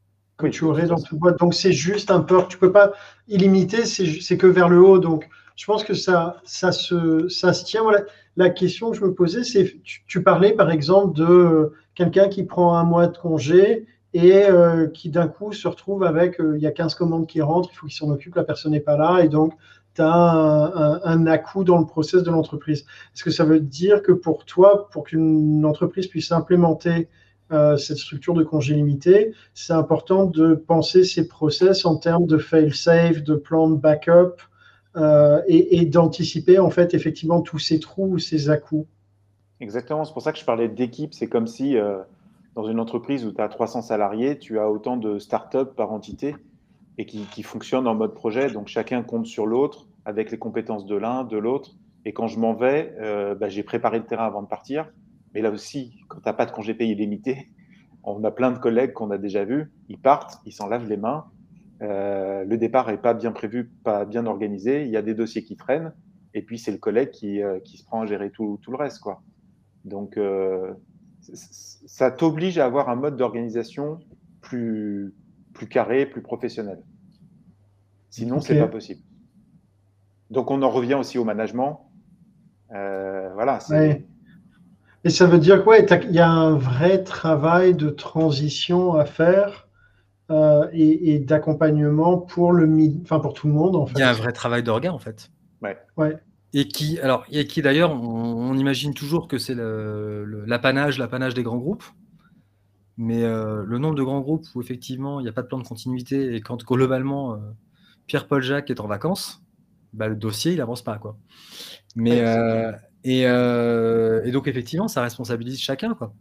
B: que
D: Oui,
B: tu
D: de
B: aurais
D: toute
B: dans
D: façon.
B: toute boîte. Donc, c'est juste un port. Tu peux pas illimité, c'est c'est que vers le haut. Donc, je pense que ça, ça, se, ça se tient. Voilà. La question que je me posais, c'est tu, tu parlais par exemple de euh, quelqu'un qui prend un mois de congé et euh, qui d'un coup se retrouve avec, euh, il y a quinze commandes qui rentrent, il faut qu'il s'en occupe, la personne n'est pas là, et donc tu as un, un, un à-coup dans le process de l'entreprise. Est-ce que ça veut dire que pour toi, pour qu'une entreprise puisse implémenter euh, cette structure de congé limité, c'est important de penser ces process en termes de fail-safe, de plan de backup, euh, et, et d'anticiper en fait effectivement tous ces trous ou ces à-coups?
D: Exactement, c'est pour ça que je parlais d'équipe. C'est comme si euh, dans une entreprise où tu as trois cents salariés, tu as autant de startups par entité et qui, qui fonctionnent en mode projet. Donc chacun compte sur l'autre avec les compétences de l'un, de l'autre. Et quand je m'en vais, euh, bah, j'ai préparé le terrain avant de partir. Mais là aussi, quand tu n'as pas de congé payé limité, on a plein de collègues qu'on a déjà vus. Ils partent, ils s'en lavent les mains. Euh, le départ n'est pas bien prévu, pas bien organisé. Il y a des dossiers qui traînent. Et puis, c'est le collègue qui, euh, qui se prend à gérer tout, tout le reste, quoi. Donc, euh, ça t'oblige à avoir un mode d'organisation plus, plus carré, plus professionnel. Sinon,
B: Ok.
D: c'est pas possible. Donc, on en revient aussi au management. Euh, voilà,
B: Ouais.
D: c'est
B: Et ça veut dire quoi? Ouais, il y a un vrai travail de transition à faire euh, et, et d'accompagnement pour le, mi- enfin pour tout le monde en
C: Il y a un
B: fait.
C: vrai travail d'orga, en fait.
D: ouais,
B: Ouais.
C: Et qui, alors, et qui d'ailleurs, on, on imagine toujours que c'est le- le- l'apanage, l'apanage des grands groupes. Mais euh, le nombre de grands groupes où effectivement il n'y a pas de plan de continuité et quand globalement euh, Pierre-Paul Jacques est en vacances, bah, le dossier il avance pas, quoi. Mais
D: ouais, c'est clair.
C: euh, et, euh, et donc effectivement ça responsabilise chacun, quoi.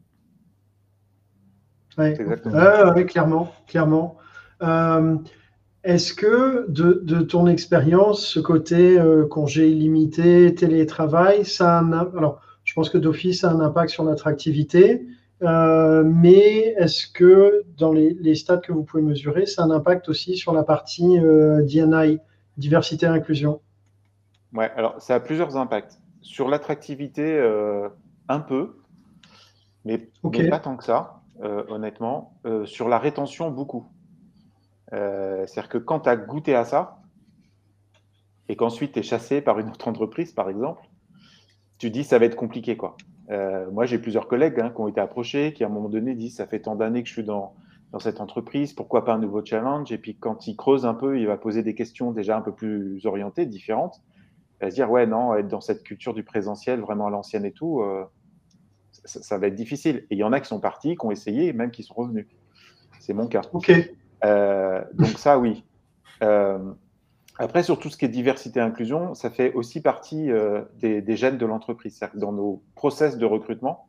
B: Ouais.
D: C'est exactement ça.
B: Ah, ouais, clairement, clairement. Euh, Est-ce que de, de ton expérience, ce côté euh, congé illimité, télétravail, ça a un, im- alors je pense que d'office ça a un impact sur notre activité, euh, mais est-ce que dans les, les stades que vous pouvez mesurer, ça a un impact aussi sur la partie euh, D and I, diversité et inclusion?
D: Ouais, alors ça a plusieurs impacts. Sur l'attractivité, euh, un peu, mais,
B: Ok,
D: mais pas tant que ça, euh, honnêtement. Euh, sur la rétention, beaucoup. Euh, c'est-à-dire que quand tu as goûté à ça et qu'ensuite tu es chassé par une autre entreprise, par exemple, tu dis ça va être compliqué, quoi. Euh, moi, j'ai plusieurs collègues hein, qui ont été approchés, qui à un moment donné disent ça fait tant d'années que je suis dans, dans cette entreprise, pourquoi pas un nouveau challenge? Et puis quand il creuse un peu, il va poser des questions déjà un peu plus orientées, différentes. Il va se dire ouais, non, être dans cette culture du présentiel, vraiment à l'ancienne et tout, euh, ça, ça va être difficile. Et il y en a qui sont partis, qui ont essayé, et même qui sont revenus. C'est mon cas.
B: ok,
D: Euh, donc ça, oui. Euh, Après, sur tout ce qui est diversité et inclusion, ça fait aussi partie euh, des, des gènes de l'entreprise. C'est-à-dire que dans nos process de recrutement,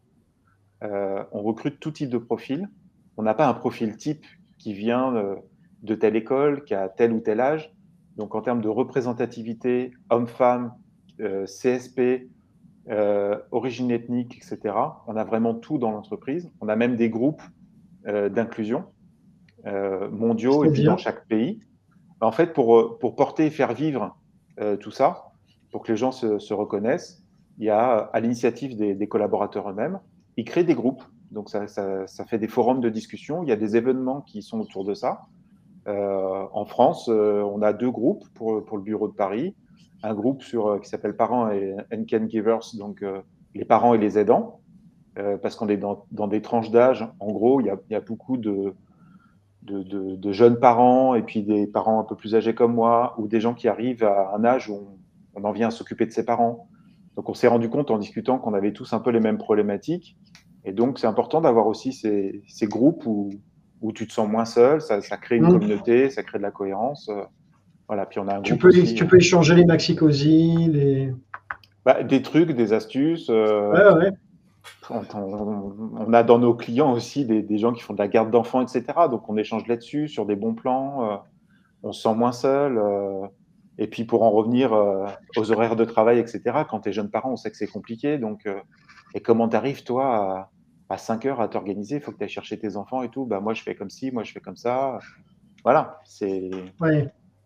D: euh, on recrute tout type de profil. On n'a pas un profil type qui vient euh, de telle école, qui a tel ou tel âge. Donc, en termes de représentativité, homme-femme, euh, C S P, euh, origine ethnique, et cetera, on a vraiment tout dans l'entreprise. On a même des groupes euh, d'inclusion euh, mondiaux et puis dans
B: c'est-à-dire?
D: chaque pays. En fait, pour, pour porter et faire vivre euh, tout ça, pour que les gens se, se reconnaissent, il y a, à l'initiative des, des collaborateurs eux-mêmes, ils créent des groupes. Donc, ça, ça, ça fait des forums de discussion. Il y a des événements qui sont autour de ça. Euh, en France, euh, on a deux groupes pour, pour le bureau de Paris. Un groupe sur, euh, qui s'appelle Parents et and Caregivers, donc euh, les parents et les aidants, euh, parce qu'on est dans, dans des tranches d'âge. En gros, il y a, il y a beaucoup de, de, de, de jeunes parents et puis des parents un peu plus âgés comme moi ou des gens qui arrivent à un âge où on, on en vient à s'occuper de ses parents. Donc on s'est rendu compte en discutant qu'on avait tous un peu les mêmes problématiques. Et donc c'est important d'avoir aussi ces, ces groupes où, où tu te sens moins seul, ça, ça crée une
B: Hmm.
D: communauté, ça crée de la cohérence. Euh, Voilà, puis on a un
B: Tu
D: groupe
B: peux,
D: aussi,
B: tu
D: euh,
B: peux échanger les maxicosies, les...
D: bah, des trucs, des astuces. Euh,
B: Ouais, ouais.
D: on, on, on a dans nos clients aussi des, des gens qui font de la garde d'enfants, et cetera. Donc on échange là-dessus, sur des bons plans. Euh, on se sent moins seul. Euh, et puis pour en revenir euh, aux horaires de travail, et cetera, quand tu es jeune parent, on sait que c'est compliqué. Donc, euh, et comment tu arrives, toi, à, à cinq heures à t'organiser? Il faut que tu ailles chercher tes enfants et tout. Bah, moi, je fais comme ci, moi, je fais comme ça. Voilà, c'est,
B: Ouais.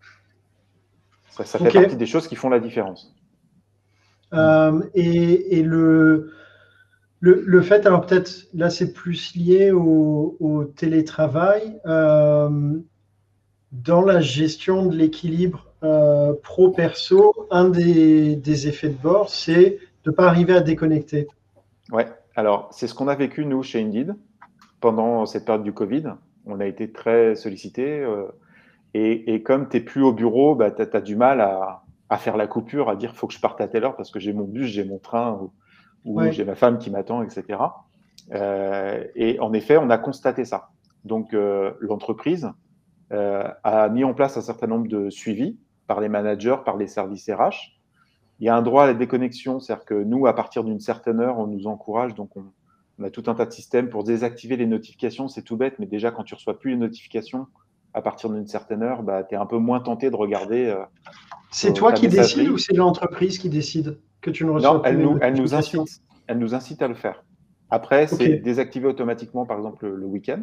D: ça, ça fait
B: Ok.
D: partie des choses qui font la différence.
B: Euh, et, et le, Le, le fait, alors peut-être, là, c'est plus lié au, au télétravail. Euh, dans la gestion de l'équilibre euh, pro-perso, un des, des effets de bord, c'est de ne pas arriver à déconnecter.
D: Ouais, alors c'est ce qu'on a vécu, nous, chez Indeed, pendant cette période du Covid. On a été très sollicités. Euh, et, et comme tu n'es plus au bureau, bah, tu as du mal à, à faire la coupure, à dire il faut que je parte à telle heure parce que j'ai mon bus, j'ai mon train ou, ou
B: Ouais.
D: j'ai ma femme qui m'attend, et cetera. Euh, et en effet, on a constaté ça. Donc, euh, l'entreprise euh, a mis en place un certain nombre de suivis par les managers, par les services R H. Il y a un droit à la déconnexion, c'est-à-dire que nous, à partir d'une certaine heure, on nous encourage, donc on, on a tout un tas de systèmes pour désactiver les notifications. C'est tout bête, mais déjà, quand tu ne reçois plus les notifications à partir d'une certaine heure, bah, tu es un peu moins tenté de regarder. Euh,
B: c'est toi
D: ta
B: qui
D: messagerie.
B: décides ou c'est l'entreprise qui décide que tu ne reçois
D: Non,
B: plus
D: elle
B: les
D: nous, elle, nous
B: notifications?
D: incite, elle nous incite à le faire. Après, c'est
B: Ok.
D: désactivé automatiquement, par exemple, le, le week-end.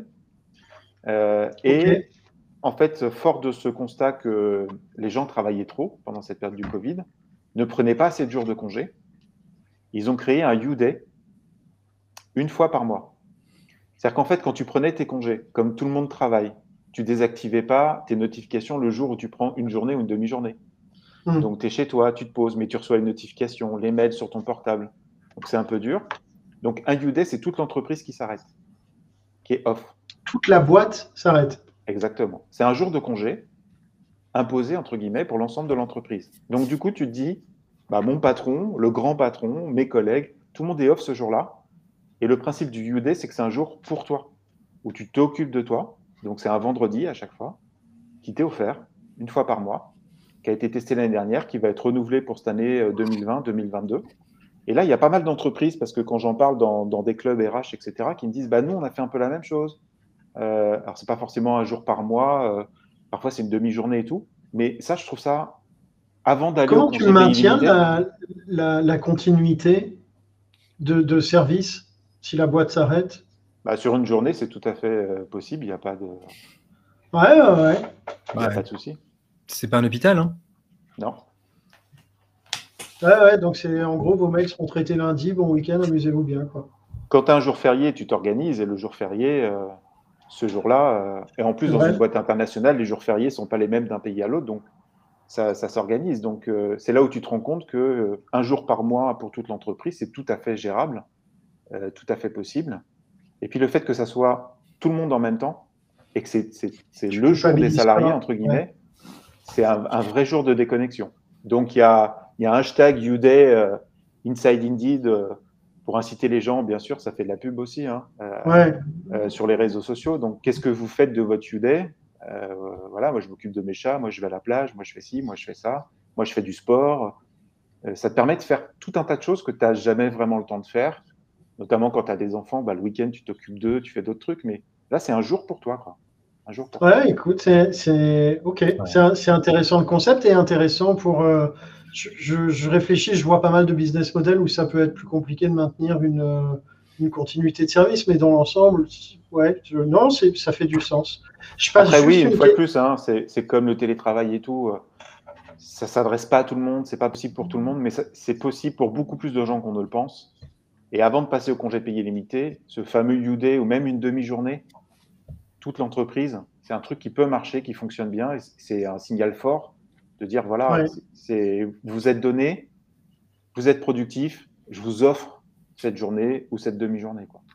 D: Euh,
B: Ok.
D: et en fait, fort de ce constat que les gens travaillaient trop pendant cette période du Covid, ne prenaient pas assez de jours de congé, ils ont créé un U-Day une fois par mois. C'est-à-dire qu'en fait, quand tu prenais tes congés, comme tout le monde travaille, tu désactivais pas tes notifications le jour où tu prends une journée ou une demi-journée.
B: Hmm.
D: Donc, tu es chez toi, tu te poses, mais tu reçois une notification, les mails sur ton portable. Donc, c'est un peu dur. Donc, un U-Day, c'est toute l'entreprise qui s'arrête, qui est off.
B: Toute la boîte s'arrête.
D: Exactement. C'est un jour de congé imposé, entre guillemets, pour l'ensemble de l'entreprise. Donc, du coup, tu te dis, bah, mon patron, le grand patron, mes collègues, tout le monde est off ce jour-là. Et le principe du U-Day, c'est que c'est un jour pour toi, où tu t'occupes de toi. Donc, c'est un vendredi à chaque fois, qui t'est offert, une fois par mois, qui a été testé l'année dernière, qui va être renouvelé pour cette année deux mille vingt deux mille vingt-deux. Et là, il y a pas mal d'entreprises, parce que quand j'en parle dans, dans des clubs R H, et cetera, qui me disent, bah, nous, on a fait un peu la même chose. Euh, alors, c'est pas forcément un jour par mois, euh, parfois c'est une demi-journée et tout. Mais ça, je trouve ça, avant d'aller au
B: Comment tu
D: congé payé
B: maintiens
D: limité,
B: la, la, la continuité de, de service si la boîte s'arrête?
D: bah, sur une journée, c'est tout à fait euh, possible, il n'y a pas de,
B: Ouais, ouais, ouais.
D: il y a
C: Ouais.
D: pas de souci.
C: C'est pas un hôpital, hein.
D: Non.
B: Ouais, ouais, donc c'est en gros, vos mails seront traités lundi, bon week-end, amusez-vous bien, quoi.
D: Quand tu as un jour férié, tu t'organises et le jour férié, euh, ce jour-là, euh, et en plus,
B: C'est
D: dans
B: vrai.
D: une boîte internationale, les jours fériés ne sont pas les mêmes d'un pays à l'autre, donc ça, ça s'organise. Donc, euh, c'est là où tu te rends compte que euh, un jour par mois pour toute l'entreprise, c'est tout à fait gérable, euh, tout à fait possible. Et puis, le fait que ça soit tout le monde en même temps et que c'est, c'est, c'est
B: Tu
D: le jour des
B: culpabilises
D: salariés,
B: pas.
D: entre guillemets, c'est un, un vrai jour de déconnexion. Donc, il y a, il y a un hashtag U-Day euh, Inside Indeed euh, pour inciter les gens, bien sûr, ça fait de la pub aussi, hein, euh,
B: Ouais.
D: euh, sur les réseaux sociaux. Donc, qu'est-ce que vous faites de votre U-Day? euh, Voilà, moi, je m'occupe de mes chats, moi, je vais à la plage, moi, je fais ci, moi, je fais ça, moi, je fais du sport. Euh, ça te permet de faire tout un tas de choses que tu n'as jamais vraiment le temps de faire, notamment quand tu as des enfants, bah, le week-end, tu t'occupes d'eux, tu fais d'autres trucs, mais là, c'est un jour pour toi, quoi. Un jour pour toi.
B: Ouais, écoute, c'est, c'est ok, c'est, c'est intéressant le concept et intéressant pour. euh, je, je, je réfléchis, je vois pas mal de business models où ça peut être plus compliqué de maintenir une, euh, une continuité de service, mais dans l'ensemble, ouais, je- non, c'est, ça fait du sens. Je passe
D: Après, oui,
B: juste
D: une
B: une
D: fois de
B: question.
D: plus, hein, c'est, c'est comme le télétravail et tout. euh, Ça s'adresse pas à tout le monde, c'est pas possible pour tout le monde, mais ça- c'est possible pour beaucoup plus de gens qu'on ne le pense. Et avant de passer au congé payé limité, ce fameux U-Day ou même une demi-journée, toute l'entreprise, c'est un truc qui peut marcher, qui fonctionne bien. Et c'est un signal fort de dire voilà,
B: Ouais.
D: c'est, c'est- vous êtes donné, vous êtes productif, je vous offre cette journée ou cette demi-journée, quoi.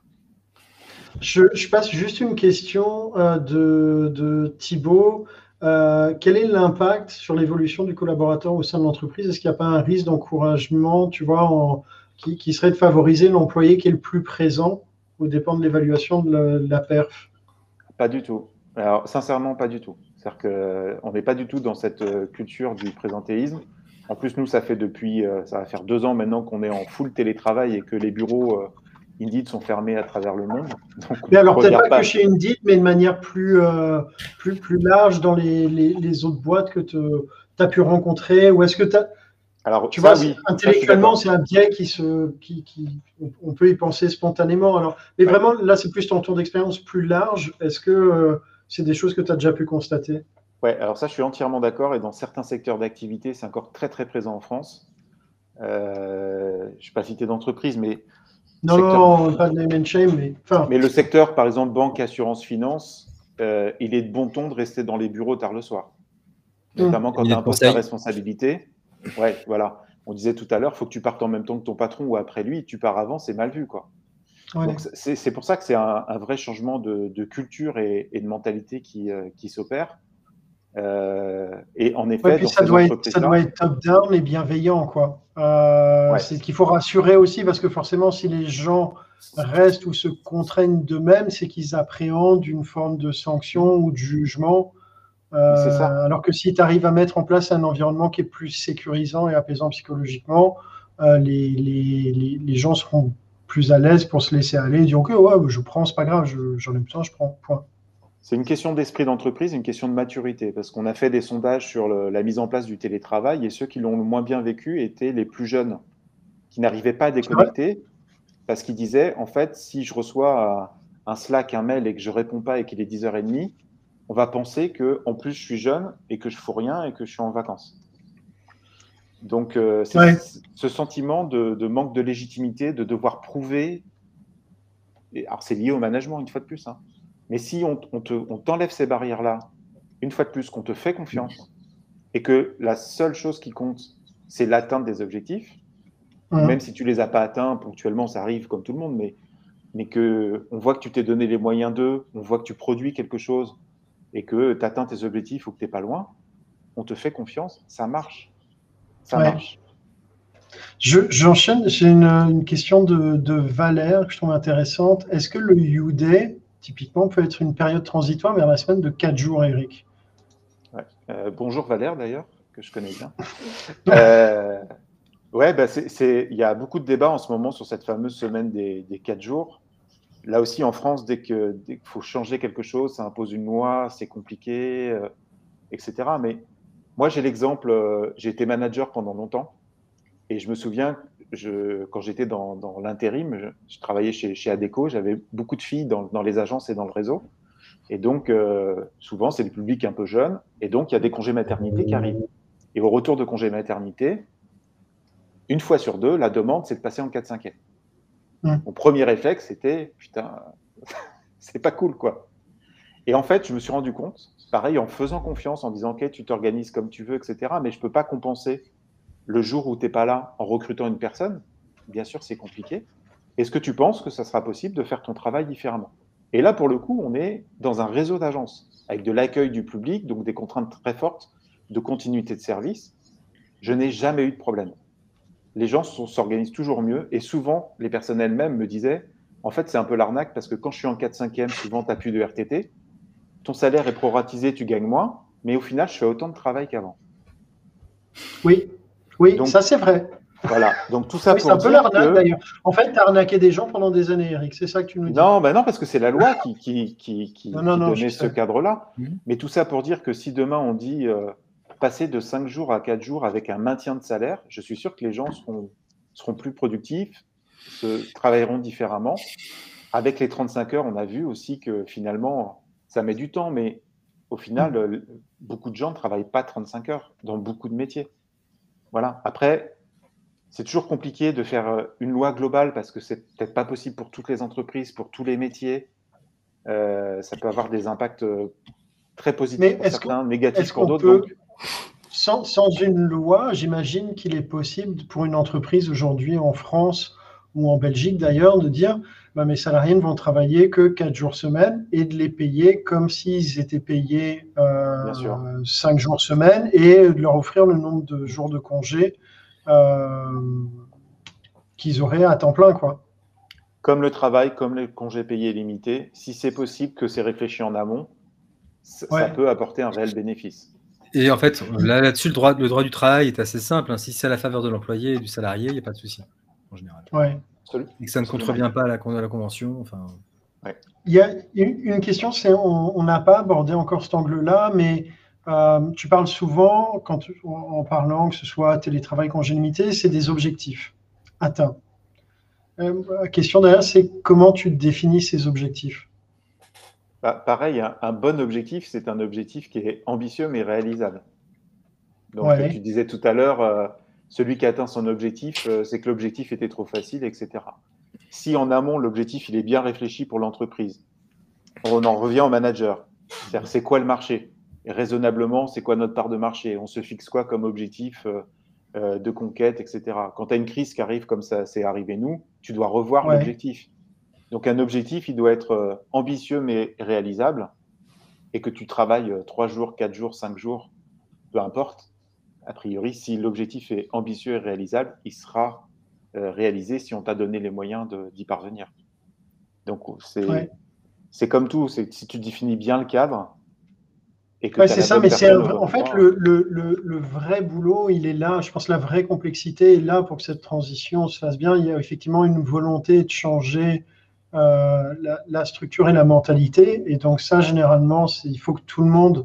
B: Je, je passe juste une question euh, de, de Thibaut. Euh, quel est l'impact sur l'évolution du collaborateur au sein de l'entreprise? Est-ce qu'il n'y a pas un risque d'encouragement, tu vois, en- qui, qui serait de favoriser l'employé qui est le plus présent au dépend de l'évaluation de la, de la perf?
D: Pas du tout. Alors, sincèrement, pas du tout. C'est-à-dire qu'on n'est pas du tout dans cette euh, culture du présentéisme. En plus, nous, ça fait depuis, euh, ça va faire deux ans maintenant qu'on est en full télétravail et que les bureaux euh, Indeed sont fermés à travers le monde. Donc, on
B: Mais alors,
D: ne
B: peut-être
D: regarde
B: pas que
D: pas.
B: chez Indeed, mais de manière plus, euh, plus, plus large dans les, les, les autres boîtes que tu as pu rencontrer. Ou est-ce que tu as,
D: Alors,
B: tu vois,
D: ça,
B: c'est-
D: oui, ça, je suis
B: intellectuellement,
D: d'accord.
B: c'est un biais qui se, qui, qui, on on peut y penser spontanément. Alors, mais
D: Ouais.
B: vraiment, là, c'est plus ton tour d'expérience plus large. Est-ce que euh, c'est des choses que tu as déjà pu constater?
D: Ouais, alors ça, je suis entièrement d'accord. Et dans certains secteurs d'activité, c'est encore très, très présent en France. Euh, je ne vais pas citer d'entreprise, mais
B: Non,
D: secteur.
B: non, pas de name and shame, mais enfin.
D: Mais le secteur, par exemple, banque, assurance, finance, euh, il est de bon ton de rester dans les bureaux tard le soir. Notamment quand tu
C: Cabinet
D: as
C: de
D: un poste à
C: conseil.
D: responsabilité. Ouais, voilà. On disait tout à l'heure, il faut que tu partes en même temps que ton patron ou après lui. Tu pars avant, c'est mal vu, quoi.
B: Ouais.
D: Donc, c'est c'est pour ça que c'est un, un vrai changement de, de culture et, et de mentalité qui, euh, qui s'opère. Euh, et en effet,
B: Ouais, puis
D: dans
B: ça
D: ces
B: doit être, ça doit
D: entreprises-là,
B: être top-down et bienveillant, quoi. Euh,
D: ouais,
B: c'est qu'il faut rassurer aussi, parce que forcément, si les gens restent ou se contraignent d'eux-mêmes, c'est qu'ils appréhendent une forme de sanction ou de jugement.
D: mais c'est
B: Euh,
D: ça.
B: alors que si tu arrives à mettre en place un environnement qui est plus sécurisant et apaisant psychologiquement, euh, les, les, les, les gens seront plus à l'aise pour se laisser aller et dire ok, ouais, je prends, c'est pas grave, je- j'en ai besoin, je prends, point.
D: C'est une question d'esprit d'entreprise, une question de maturité, parce qu'on a fait des sondages sur le- la mise en place du télétravail et ceux qui l'ont le moins bien vécu étaient les plus jeunes, qui n'arrivaient pas à
B: C'est vrai.
D: déconnecter, parce qu'ils disaient, en fait, si je reçois un Slack, un mail et que je réponds pas et qu'il est dix heures trente, on va penser que en plus je suis jeune et que je fous rien et que je suis en vacances. Donc, euh, c'est
B: Ouais.
D: ce sentiment de, de manque de légitimité, de devoir prouver. Et, alors, c'est lié au management, une fois de plus. Hein. Mais si on, on te- on t'enlève ces barrières-là, une fois de plus, qu'on te fait confiance et que la seule chose qui compte, c'est l'atteinte des objectifs, même
B: Hum.
D: si tu les as pas atteints ponctuellement, ça arrive comme tout le monde, mais, mais que on voit que tu t'es donné les moyens d'eux, on voit que tu produis quelque chose et que tu atteins tes objectifs ou que tu n'es pas loin, on te fait confiance, ça marche. Ça
B: Ouais.
D: marche.
B: Je, j'enchaîne, j'ai une, une question de, de Valère que je trouve intéressante. Est-ce que le U-Day, typiquement, peut être une période transitoire vers la semaine de quatre jours, Eric?
D: Ouais. Euh, bonjour Valère d'ailleurs, que je connais bien. Euh, ouais, bah c'est, c'est, il y a beaucoup de débats en ce moment sur cette fameuse semaine des, des quatre jours. Là aussi, en France, dès que, dès qu'il faut changer quelque chose, ça impose une loi, c'est compliqué, euh, et cetera. Mais moi, j'ai l'exemple, euh, j'ai été manager pendant longtemps et je me souviens, je, quand j'étais dans, dans l'intérim, je, je travaillais chez, chez Adecco, j'avais beaucoup de filles dans, dans les agences et dans le réseau. Et donc, euh, souvent, c'est le public un peu jeune. Et donc, il y a des congés maternité qui arrivent. Et au retour de congé maternité, une fois sur deux, la demande, c'est de passer en quatre cinquième.
B: Hum.
D: Mon premier réflexe, c'était putain, c'est pas cool, quoi. Et en fait, je me suis rendu compte, pareil, en faisant confiance, en disant, OK, tu t'organises comme tu veux, et cetera, mais je peux pas compenser le jour où tu n'es pas là en recrutant une personne. Bien sûr, c'est compliqué. Est-ce que tu penses que ça sera possible de faire ton travail différemment? Et là, pour le coup, on est dans un réseau d'agences, avec de l'accueil du public, donc des contraintes très fortes de continuité de service. Je n'ai jamais eu de problème. Les gens s'organisent toujours mieux et souvent, les personnes elles-mêmes me disaient, en fait, c'est un peu l'arnaque parce que quand je suis en quatre cinquième, souvent, tu n'as plus de R T T, ton salaire est proratisé, tu gagnes moins, mais au final, je fais autant de travail qu'avant.
B: Oui, oui,
D: Donc,
B: ça c'est vrai.
D: voilà. Donc, tout ça
B: Oui, c'est
D: pour
B: un peu
D: dire
B: l'arnaque
D: que
B: d'ailleurs. En fait, tu as arnaqué des gens pendant des années, Eric, c'est ça que tu nous dis.
D: non, ben non, parce que c'est la loi qui, qui, qui, qui,
B: Non, non,
D: qui
B: non, je
D: donnait ce
B: sais.
D: cadre-là.
C: Mhm.
D: Mais tout ça pour dire que si demain on dit euh, passer de cinq jours à quatre jours avec un maintien de salaire, je suis sûr que les gens seront, seront plus productifs, se travailleront différemment. Avec les trente-cinq heures, on a vu aussi que finalement, ça met du temps, mais au final, euh, beaucoup de gens ne travaillent pas trente-cinq heures dans beaucoup de métiers. Voilà. Après, c'est toujours compliqué de faire une loi globale parce que c'est peut-être pas possible pour toutes les entreprises, pour tous les métiers. Euh, ça peut avoir des impacts très positifs
B: Mais
D: pour
B: est-ce qu'on
D: certains, négatifs
B: est-ce
D: pour
B: qu'on
D: d'autres.
B: peut,
D: Donc,
B: sans, sans une loi, j'imagine qu'il est possible pour une entreprise aujourd'hui en France ou en Belgique d'ailleurs de dire bah, mes salariés ne vont travailler que quatre jours semaine et de les payer comme s'ils étaient payés
D: bien sûr.
B: euh, cinq jours semaine et de leur offrir le nombre de jours de congé euh, qu'ils auraient à temps plein, quoi.
D: Comme le travail, comme les congés payés limités, si c'est possible que c'est réfléchi en amont, ça
B: Ouais.
D: peut apporter un réel bénéfice.
C: Et en fait, là, là-dessus, le droit, le droit du travail est assez simple. Hein. Si c'est à la faveur de l'employé et du salarié, il n'y a pas de souci, en général.
B: Ouais.
D: Absolument.
C: Et que ça ne contrevient pas à la, à la convention. Enfin...
D: Ouais.
B: Il y a une, une question, c'est on n'a pas abordé encore cet angle-là, mais euh, tu parles souvent, quand tu, en, en parlant, que ce soit télétravail, congé limité, c'est des objectifs atteints. Euh, la question derrière, c'est comment tu définis ces objectifs?
D: Bah, pareil, un, un bon objectif, c'est un objectif qui est ambitieux mais réalisable. Donc,
B: Ouais.
D: tu disais tout à l'heure, euh, celui qui atteint son objectif, euh, c'est que l'objectif était trop facile, et cetera. Si en amont, l'objectif il est bien réfléchi pour l'entreprise, on en revient au manager. C'est-à-dire, c'est quoi le marché? Et raisonnablement, c'est quoi notre part de marché? On se fixe quoi comme objectif euh, euh, de conquête, et cetera. Quand tu as une crise qui arrive comme ça, c'est arrivé nous, tu dois revoir
B: Ouais.
D: l'objectif. Donc, un objectif, il doit être euh, ambitieux mais réalisable et que tu travailles euh, trois jours, quatre jours, cinq jours, peu importe. A priori, si l'objectif est ambitieux et réalisable, il sera euh, réalisé si on t'a donné les moyens de- d'y parvenir. Donc, c'est
B: Ouais.
D: c'est comme tout, c'est si tu définis bien le cadre et que
B: Ouais,
D: tu as
B: c'est
D: la
B: ça,
D: bonne
B: mais c'est un
D: personne au
B: vrai-
D: bon
B: en fait
D: endroit.
B: le, le, le, le vrai boulot, il est là. Je pense que la vraie complexité est là pour que cette transition se fasse bien. Il y a effectivement une volonté de changer euh, la, la structure et la mentalité. Et donc ça, généralement, c'est- il faut que tout le monde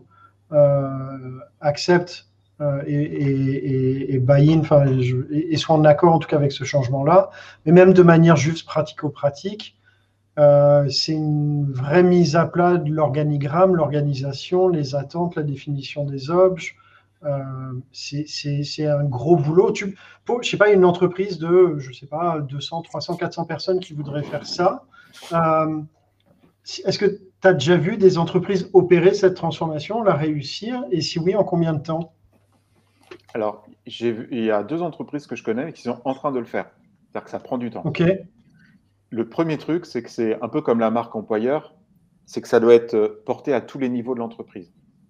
B: euh, accepte euh, et, et, et, et buy-in, enfin, et, je- et- et soit en accord en tout cas avec ce changement-là. Mais même de manière juste pratico-pratique. Euh, c'est une vraie mise à plat de l'organigramme, l'organisation, les attentes, la définition des objets. Euh, c'est c'est- c'est un gros boulot. Tu, pour, je sais pas, une entreprise de, je sais pas, deux cents, trois cents, quatre cents personnes qui voudraient faire ça. Euh, si- Est-ce que tu as déjà vu des entreprises opérer cette transformation, la réussir? Et si oui, en combien de temps?
D: Alors, j'ai vu, il y a deux entreprises que je connais qui sont en train de le faire. C'est-à-dire que ça prend du temps.
B: OK.
D: Le premier truc, c'est que c'est un peu comme la marque employeur, c'est que ça doit être euh, porté à tous les niveaux de l'entreprise.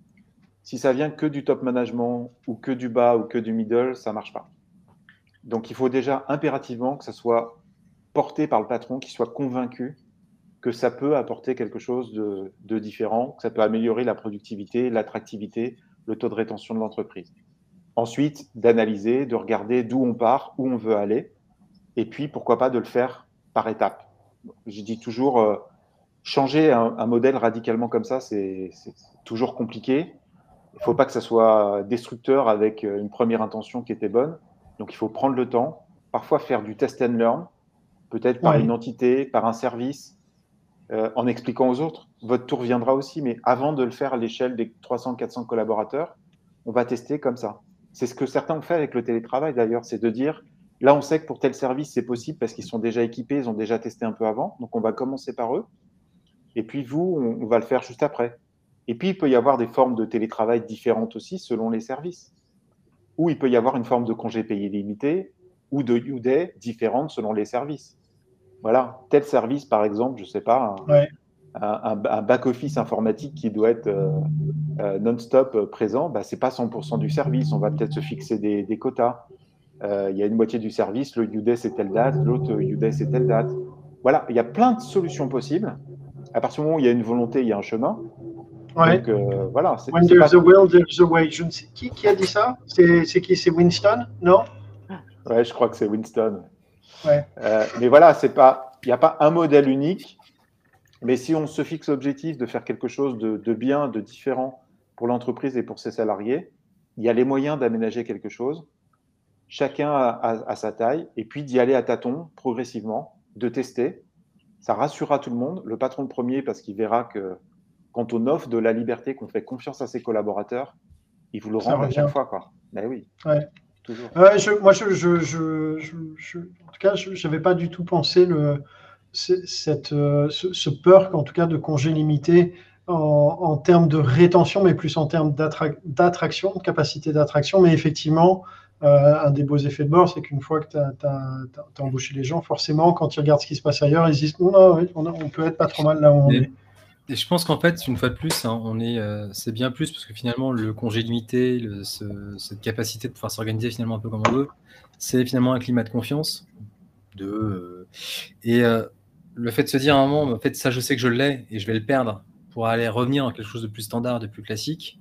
D: Si ça vient que du top management ou que du bas ou que du middle, ça ne marche pas. Donc, il faut déjà impérativement que ça soit porté par le patron, qu'il soit convaincu que ça peut apporter quelque chose de, de différent, que ça peut améliorer la productivité, l'attractivité, le taux de rétention de l'entreprise. Ensuite, d'analyser, de regarder d'où on part, où on veut aller, et puis pourquoi pas de le faire par étapes. Je dis toujours, euh, changer un, un, modèle radicalement comme ça, c'est toujours compliqué. Il ne faut pas que ça soit destructeur avec une première intention qui était bonne. Donc il faut prendre le temps, parfois faire du test and learn, peut-être par
B: Ouais.
D: une entité, par un service, euh, en expliquant aux autres. Votre tour viendra aussi, mais avant de le faire à l'échelle des trois cents, quatre cents collaborateurs, on va tester comme ça. C'est ce que certains ont fait avec le télétravail d'ailleurs, c'est de dire, là on sait que pour tel service c'est possible parce qu'ils sont déjà équipés, ils ont déjà testé un peu avant, donc on va commencer par eux, et puis vous, on, on va le faire juste après. Et puis il peut y avoir des formes de télétravail différentes aussi selon les services, ou il peut y avoir une forme de congé payé limité, ou de U-Day différente selon les services. Voilà, tel service par exemple, je ne sais pas, un,
B: Ouais.
D: un, un back-office informatique qui doit être euh, euh, non-stop présent, bah, ce n'est pas cent pour cent du service. On va peut-être se fixer des, des quotas. Euh, il y a une moitié du service, le U-Day c'est telle date, l'autre U-Day c'est telle date. Voilà, il y a plein de solutions possibles. À partir du moment où il y a une volonté, il y a un chemin.
B: Ouais.
D: Donc euh, voilà.
B: When
D: c'est
B: there's
D: pas...
B: a will, there's a way. Je ne sais qui, qui a dit ça. C'est qui? C'est Winston? Non?
D: Ouais, je crois que c'est Winston.
B: Ouais.
D: Euh, mais voilà, c'est pas, il n'y a pas un modèle unique. Mais si on se fixe l'objectif de faire quelque chose de, de bien, de différent pour l'entreprise et pour ses salariés, il y a les moyens d'aménager quelque chose, chacun à, à, à sa taille, et puis d'y aller à tâtons, progressivement, de tester. Ça rassurera tout le monde, le patron le premier, parce qu'il verra que quand on offre de la liberté, qu'on fait confiance à ses collaborateurs, ils vous le
B: Ça
D: rendent à chaque
B: revient.
D: fois, quoi. Ben oui,
B: Ouais.
D: toujours.
B: Ouais, je, moi, je, je, je, je, je- en tout cas, je n'avais pas du tout pensé le, ce- cette, euh, ce, ce peur, en tout cas, de congé limité en, en termes de rétention, mais plus en termes d'attra- d'attraction, de capacité d'attraction. Mais effectivement, euh, un des beaux effets de bord, c'est qu'une fois que tu as embauché les gens, forcément, quand ils regardent ce qui se passe ailleurs, ils se disent, non, oui, on, a- on peut être pas trop mal là où on
C: Mais-
B: est.
C: Et je pense qu'en fait, une fois de plus, hein, on est, euh, c'est bien plus parce que finalement, le congé limité, le, ce- cette capacité de pouvoir s'organiser finalement un peu comme on veut, c'est finalement un climat de confiance. De, euh, et euh, le fait de se dire à un moment, en fait, ça, je sais que je l'ai et je vais le perdre pour aller revenir dans quelque chose de plus standard, de plus classique.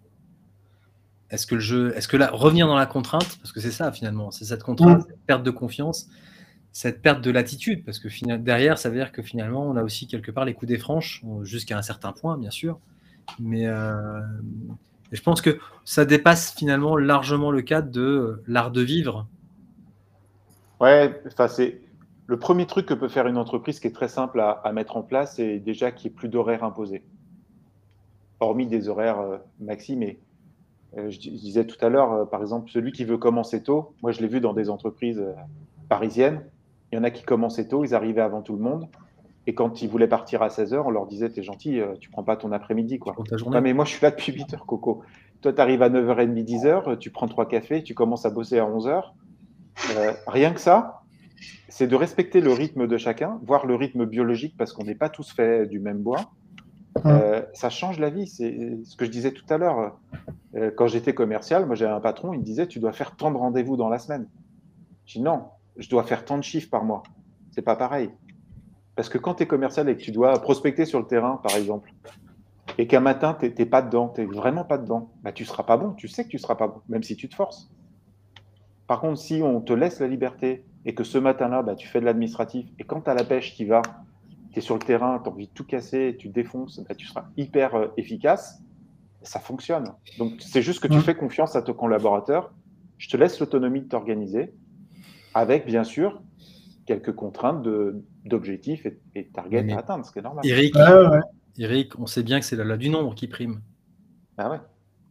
C: Est-ce que le jeu, est-ce que là, revenir dans la contrainte, parce que c'est ça finalement, c'est cette contrainte,
B: Mm.
C: cette perte de confiance, cette perte de latitude, parce que final, derrière, ça veut dire que finalement, on a aussi quelque part les coups des franches, jusqu'à un certain point, bien sûr. Mais euh, je pense que ça dépasse finalement largement le cadre de l'art de vivre.
D: Ouais, enfin, c'est le premier truc que peut faire une entreprise qui est très simple à, à mettre en place, c'est déjà qu'il n'y ait plus d'horaires imposés. Hormis des horaires euh, maxi, mais euh, je, je, disais tout à l'heure, euh, par exemple, celui qui veut commencer tôt, moi je l'ai vu dans des entreprises euh, parisiennes, Il y en a qui commençaient tôt, ils arrivaient avant tout le monde. Et quand ils voulaient partir à seize heures, on leur disait, t'es gentil, euh, tu prends pas ton après-midi, quoi.
C: Pour ta journée.
D: Ouais, mais moi, je suis là depuis huit heures, Coco. Toi, tu arrives à neuf heures trente, dix heures, tu prends trois cafés, tu commences à bosser à onze heures. Euh, rien que ça, c'est de respecter le rythme de chacun, voire le rythme biologique, parce qu'on n'est pas tous faits du même bois. Euh, ça change la vie. C'est ce que je disais tout à l'heure. Euh, quand j'étais commercial, moi, j'avais un patron, il me disait, tu dois faire tant de rendez-vous dans la semaine. Je dis, non, je dois faire tant de chiffres par mois. C'est pas pareil. Parce que quand tu es commercial et que tu dois prospecter sur le terrain, par exemple, et qu'un matin, tu n'es pas dedans, tu n'es vraiment pas dedans, bah, tu ne seras pas bon. Tu sais que tu ne seras pas bon, même si tu te forces. Par contre, si on te laisse la liberté et que ce matin-là, bah, tu fais de l'administratif, et quand tu as la pêche qui va, tu es sur le terrain, tu as envie de tout casser, tu défonces, bah, tu seras hyper euh, efficace, ça fonctionne. Donc, c'est juste que tu fais confiance à ton collaborateur. Je te laisse l'autonomie de t'organiser, avec, bien sûr, quelques contraintes d'objectifs et, et targets à atteindre, ce qui est normal.
C: Eric,
B: ah, ouais.
C: Eric, on sait bien que c'est la loi du nombre qui prime.
D: Ah ouais.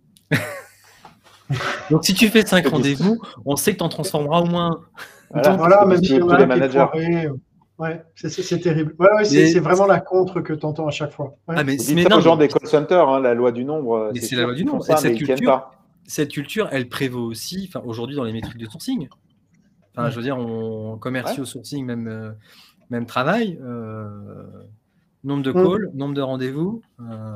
C: Donc, si tu fais cinq rendez-vous, on sait que tu en transformeras au moins.
B: Voilà,
C: Donc,
B: voilà même si
D: tous
B: on a
D: les
B: un qui est
D: managers.
B: foiré, ouais, c'est terrible. Ouais, ouais, c'est
C: Mais-
B: vraiment la contre que tu entends à chaque fois. Ouais.
C: Ah, mais,
D: Dites
C: mais
D: ça
C: non,
D: aux gens
C: mais-
D: des call centers, hein, la loi du nombre.
C: Mais c'est
D: sûr
C: la loi du
D: qu'ils font
C: nombre.
D: ça,
C: Et cette
D: mais ils tiennent
C: culture-
D: pas.
C: cette culture, elle prévaut aussi, enfin, aujourd'hui dans les métriques de sourcing. Enfin, je veux dire, on commerciaux
D: Ouais.
C: sourcing, même, euh, même travail, euh, nombre de
B: Mm.
C: calls, nombre de rendez-vous. euh,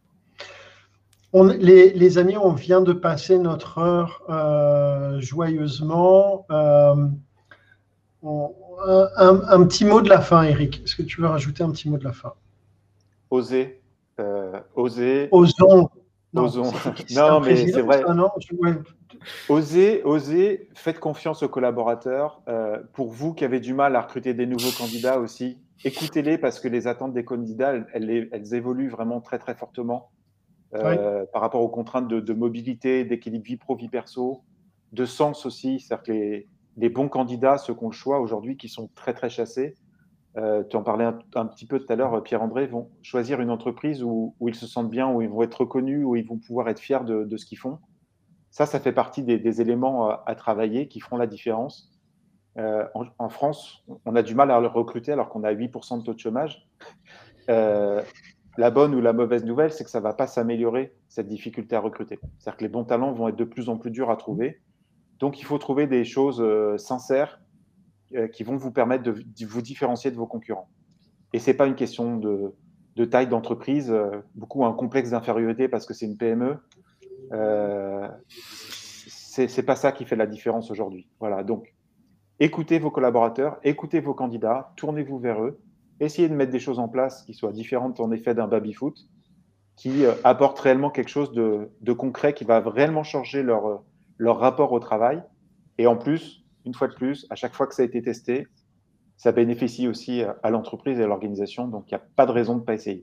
B: On, les, les amis, on vient de passer notre heure euh, joyeusement. Euh, on- un, un petit mot de la fin, Eric. Est-ce que tu veux rajouter un petit mot de la fin?
D: Oser, euh, oser,
B: Osons. Non,
D: Osons.
B: c'était- c'était
D: Non,
B: un
D: mais
B: président,
D: c'est vrai.
B: ça, non Je- ouais.
D: Osez, osez, faites confiance aux collaborateurs. Euh, pour vous qui avez du mal à recruter des nouveaux candidats aussi, écoutez-les parce que les attentes des candidats, elles, elles, elles évoluent vraiment très très fortement euh, par rapport aux contraintes de, de mobilité, d'équilibre vie pro, vie perso, de sens aussi. C'est-à-dire que les, les bons candidats, ceux qui ont le choix aujourd'hui, qui sont très très chassés, euh, tu en parlais un, un petit peu tout à l'heure, Pierre-André, vont choisir une entreprise où, où ils se sentent bien, où ils vont être reconnus, où ils vont pouvoir être fiers de, de ce qu'ils font. Ça, ça fait partie des, des éléments à, à travailler qui feront la différence. Euh, en, en France, on a du mal à le recruter alors qu'on a huit pour cent de taux de chômage. Euh, la bonne ou la mauvaise nouvelle, c'est que ça ne va pas s'améliorer, cette difficulté à recruter. C'est-à-dire que les bons talents vont être de plus en plus durs à trouver. Donc, il faut trouver des choses euh, sincères euh, qui vont vous permettre de, de vous différencier de vos concurrents. Et ce n'est pas une question de, de taille d'entreprise. Euh, beaucoup ont un complexe d'infériorité parce que c'est une P M E. Euh, c'est pas ça qui fait la différence aujourd'hui. Voilà, donc écoutez vos collaborateurs, écoutez vos candidats, tournez-vous vers eux, essayez de mettre des choses en place qui soient différentes en effet d'un baby-foot, qui euh, apportent réellement quelque chose de, de concret, qui va réellement changer leur, euh, leur rapport au travail. Et en plus, une fois de plus, à chaque fois que ça a été testé, ça bénéficie aussi à l'entreprise et à l'organisation, donc il n'y a pas de raison de ne pas essayer.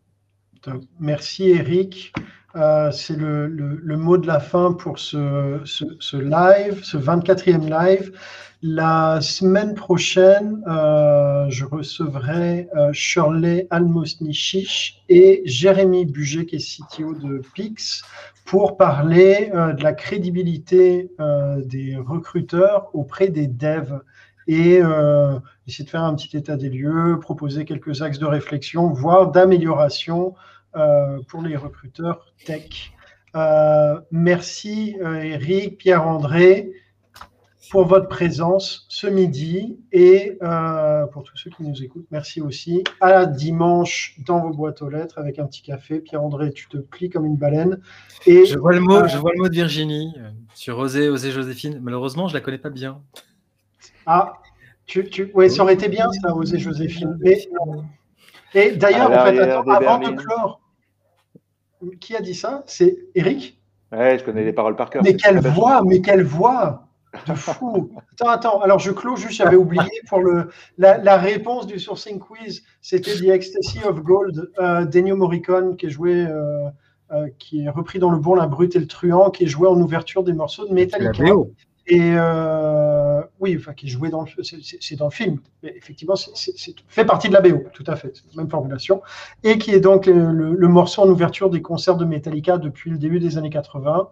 B: Merci Eric. Euh, c'est le, le, le mot de la fin pour ce, ce, ce live, ce vingt-quatrième live. La semaine prochaine, euh, je recevrai euh, Shirley Almosnichich et Jérémy Buget, qui est C T O de Pix, pour parler euh, de la crédibilité euh, des recruteurs auprès des devs et euh, essayer de faire un petit état des lieux, proposer quelques axes de réflexion, voire d'amélioration euh, pour les recruteurs tech. Euh, merci euh, Eric, Pierre-André, pour votre présence ce midi et euh, pour tous ceux qui nous écoutent, merci aussi. À dimanche dans vos boîtes aux lettres avec un petit café. Pierre-André, tu te plies comme une baleine. Et,
C: je, vois le mot,
B: euh,
C: je vois le mot de Virginie euh, sur Oser, Oser Joséphine. Malheureusement, je ne la connais pas bien.
B: Ah, tu, tu, ouais, ça aurait été bien ça, Oser Joséphine. Mais, et d'ailleurs, en fait, attends, avant de clore, qui a dit ça? C'est Eric?
D: Ouais, je connais les paroles par cœur.
B: Mais quelle voix, mais quelle voix de fou. Attends, attends, alors je clôt juste, j'avais oublié pour le, la, la réponse du sourcing quiz, c'était The Ecstasy of Gold euh, d'Ennio Morricone, qui est joué, euh, euh, qui est repris dans Le Bon, la Brute et le Truand, qui est joué en ouverture des morceaux de Metallica. Et euh, oui, enfin, qui est joué dans le, c'est dans le film. Mais effectivement, c'est fait partie de la B O, tout à fait, c'est la même formulation. Et qui est donc le, le, le morceau en ouverture des concerts de Metallica depuis le début des années quatre-vingts.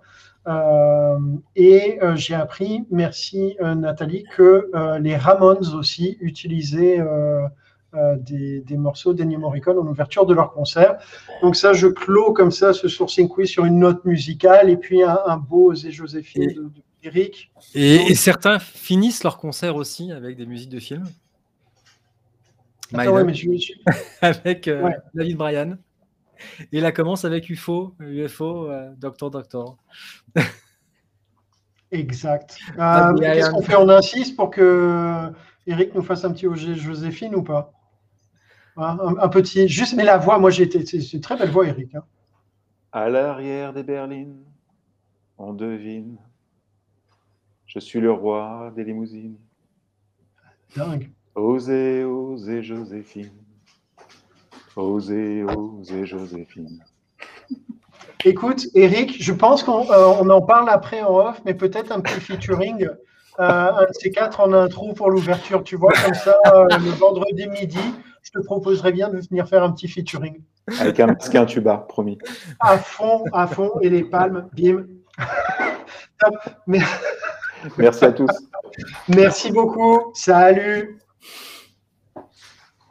B: Euh, et euh, j'ai appris, merci euh, Nathalie, que euh, les Ramones aussi utilisaient euh, euh, des, des morceaux d'Ennio Morricone en ouverture de leur concert. Donc ça, je clôt comme ça ce sourcing quiz sur une note musicale et puis un, un beau et Joséphine
C: Et-
B: de, de Eric.
C: Et,
B: Donc-
C: et certains finissent leur concert aussi avec des musiques de films.
B: Attends,
C: Maïdan,
B: ouais, mais je, je-
C: avec euh,
B: Ouais.
C: David Bryan. Et là commence avec U F O, U F O, euh, Doctor Doctor.
B: Exact. Euh,
C: Ah, mais
B: Qu'est-ce
C: Ian.
B: qu'on fait? On insiste pour que Eric nous fasse un petit O G Joséphine ou pas? Hein, un, un petit, juste, mais la voix, moi j'ai été, c'est c'est une très belle voix, Eric. Hein.
D: À l'arrière des berlines, on devine. Je suis le roi des limousines.
B: Dingue.
D: Osez, osez, Joséphine. Osez, osez, Joséphine.
B: Écoute, Eric, je pense qu'on euh, on en parle après en off, mais peut-être un petit featuring, euh, un de ces quatre en intro pour l'ouverture, tu vois, comme ça, euh, le vendredi midi, je te proposerais bien de venir faire un petit featuring.
D: Avec un masque et un tuba, promis.
B: À fond, à fond, et les palmes, bim. Top. Mais-
D: Merci à tous.
B: Merci beaucoup, salut.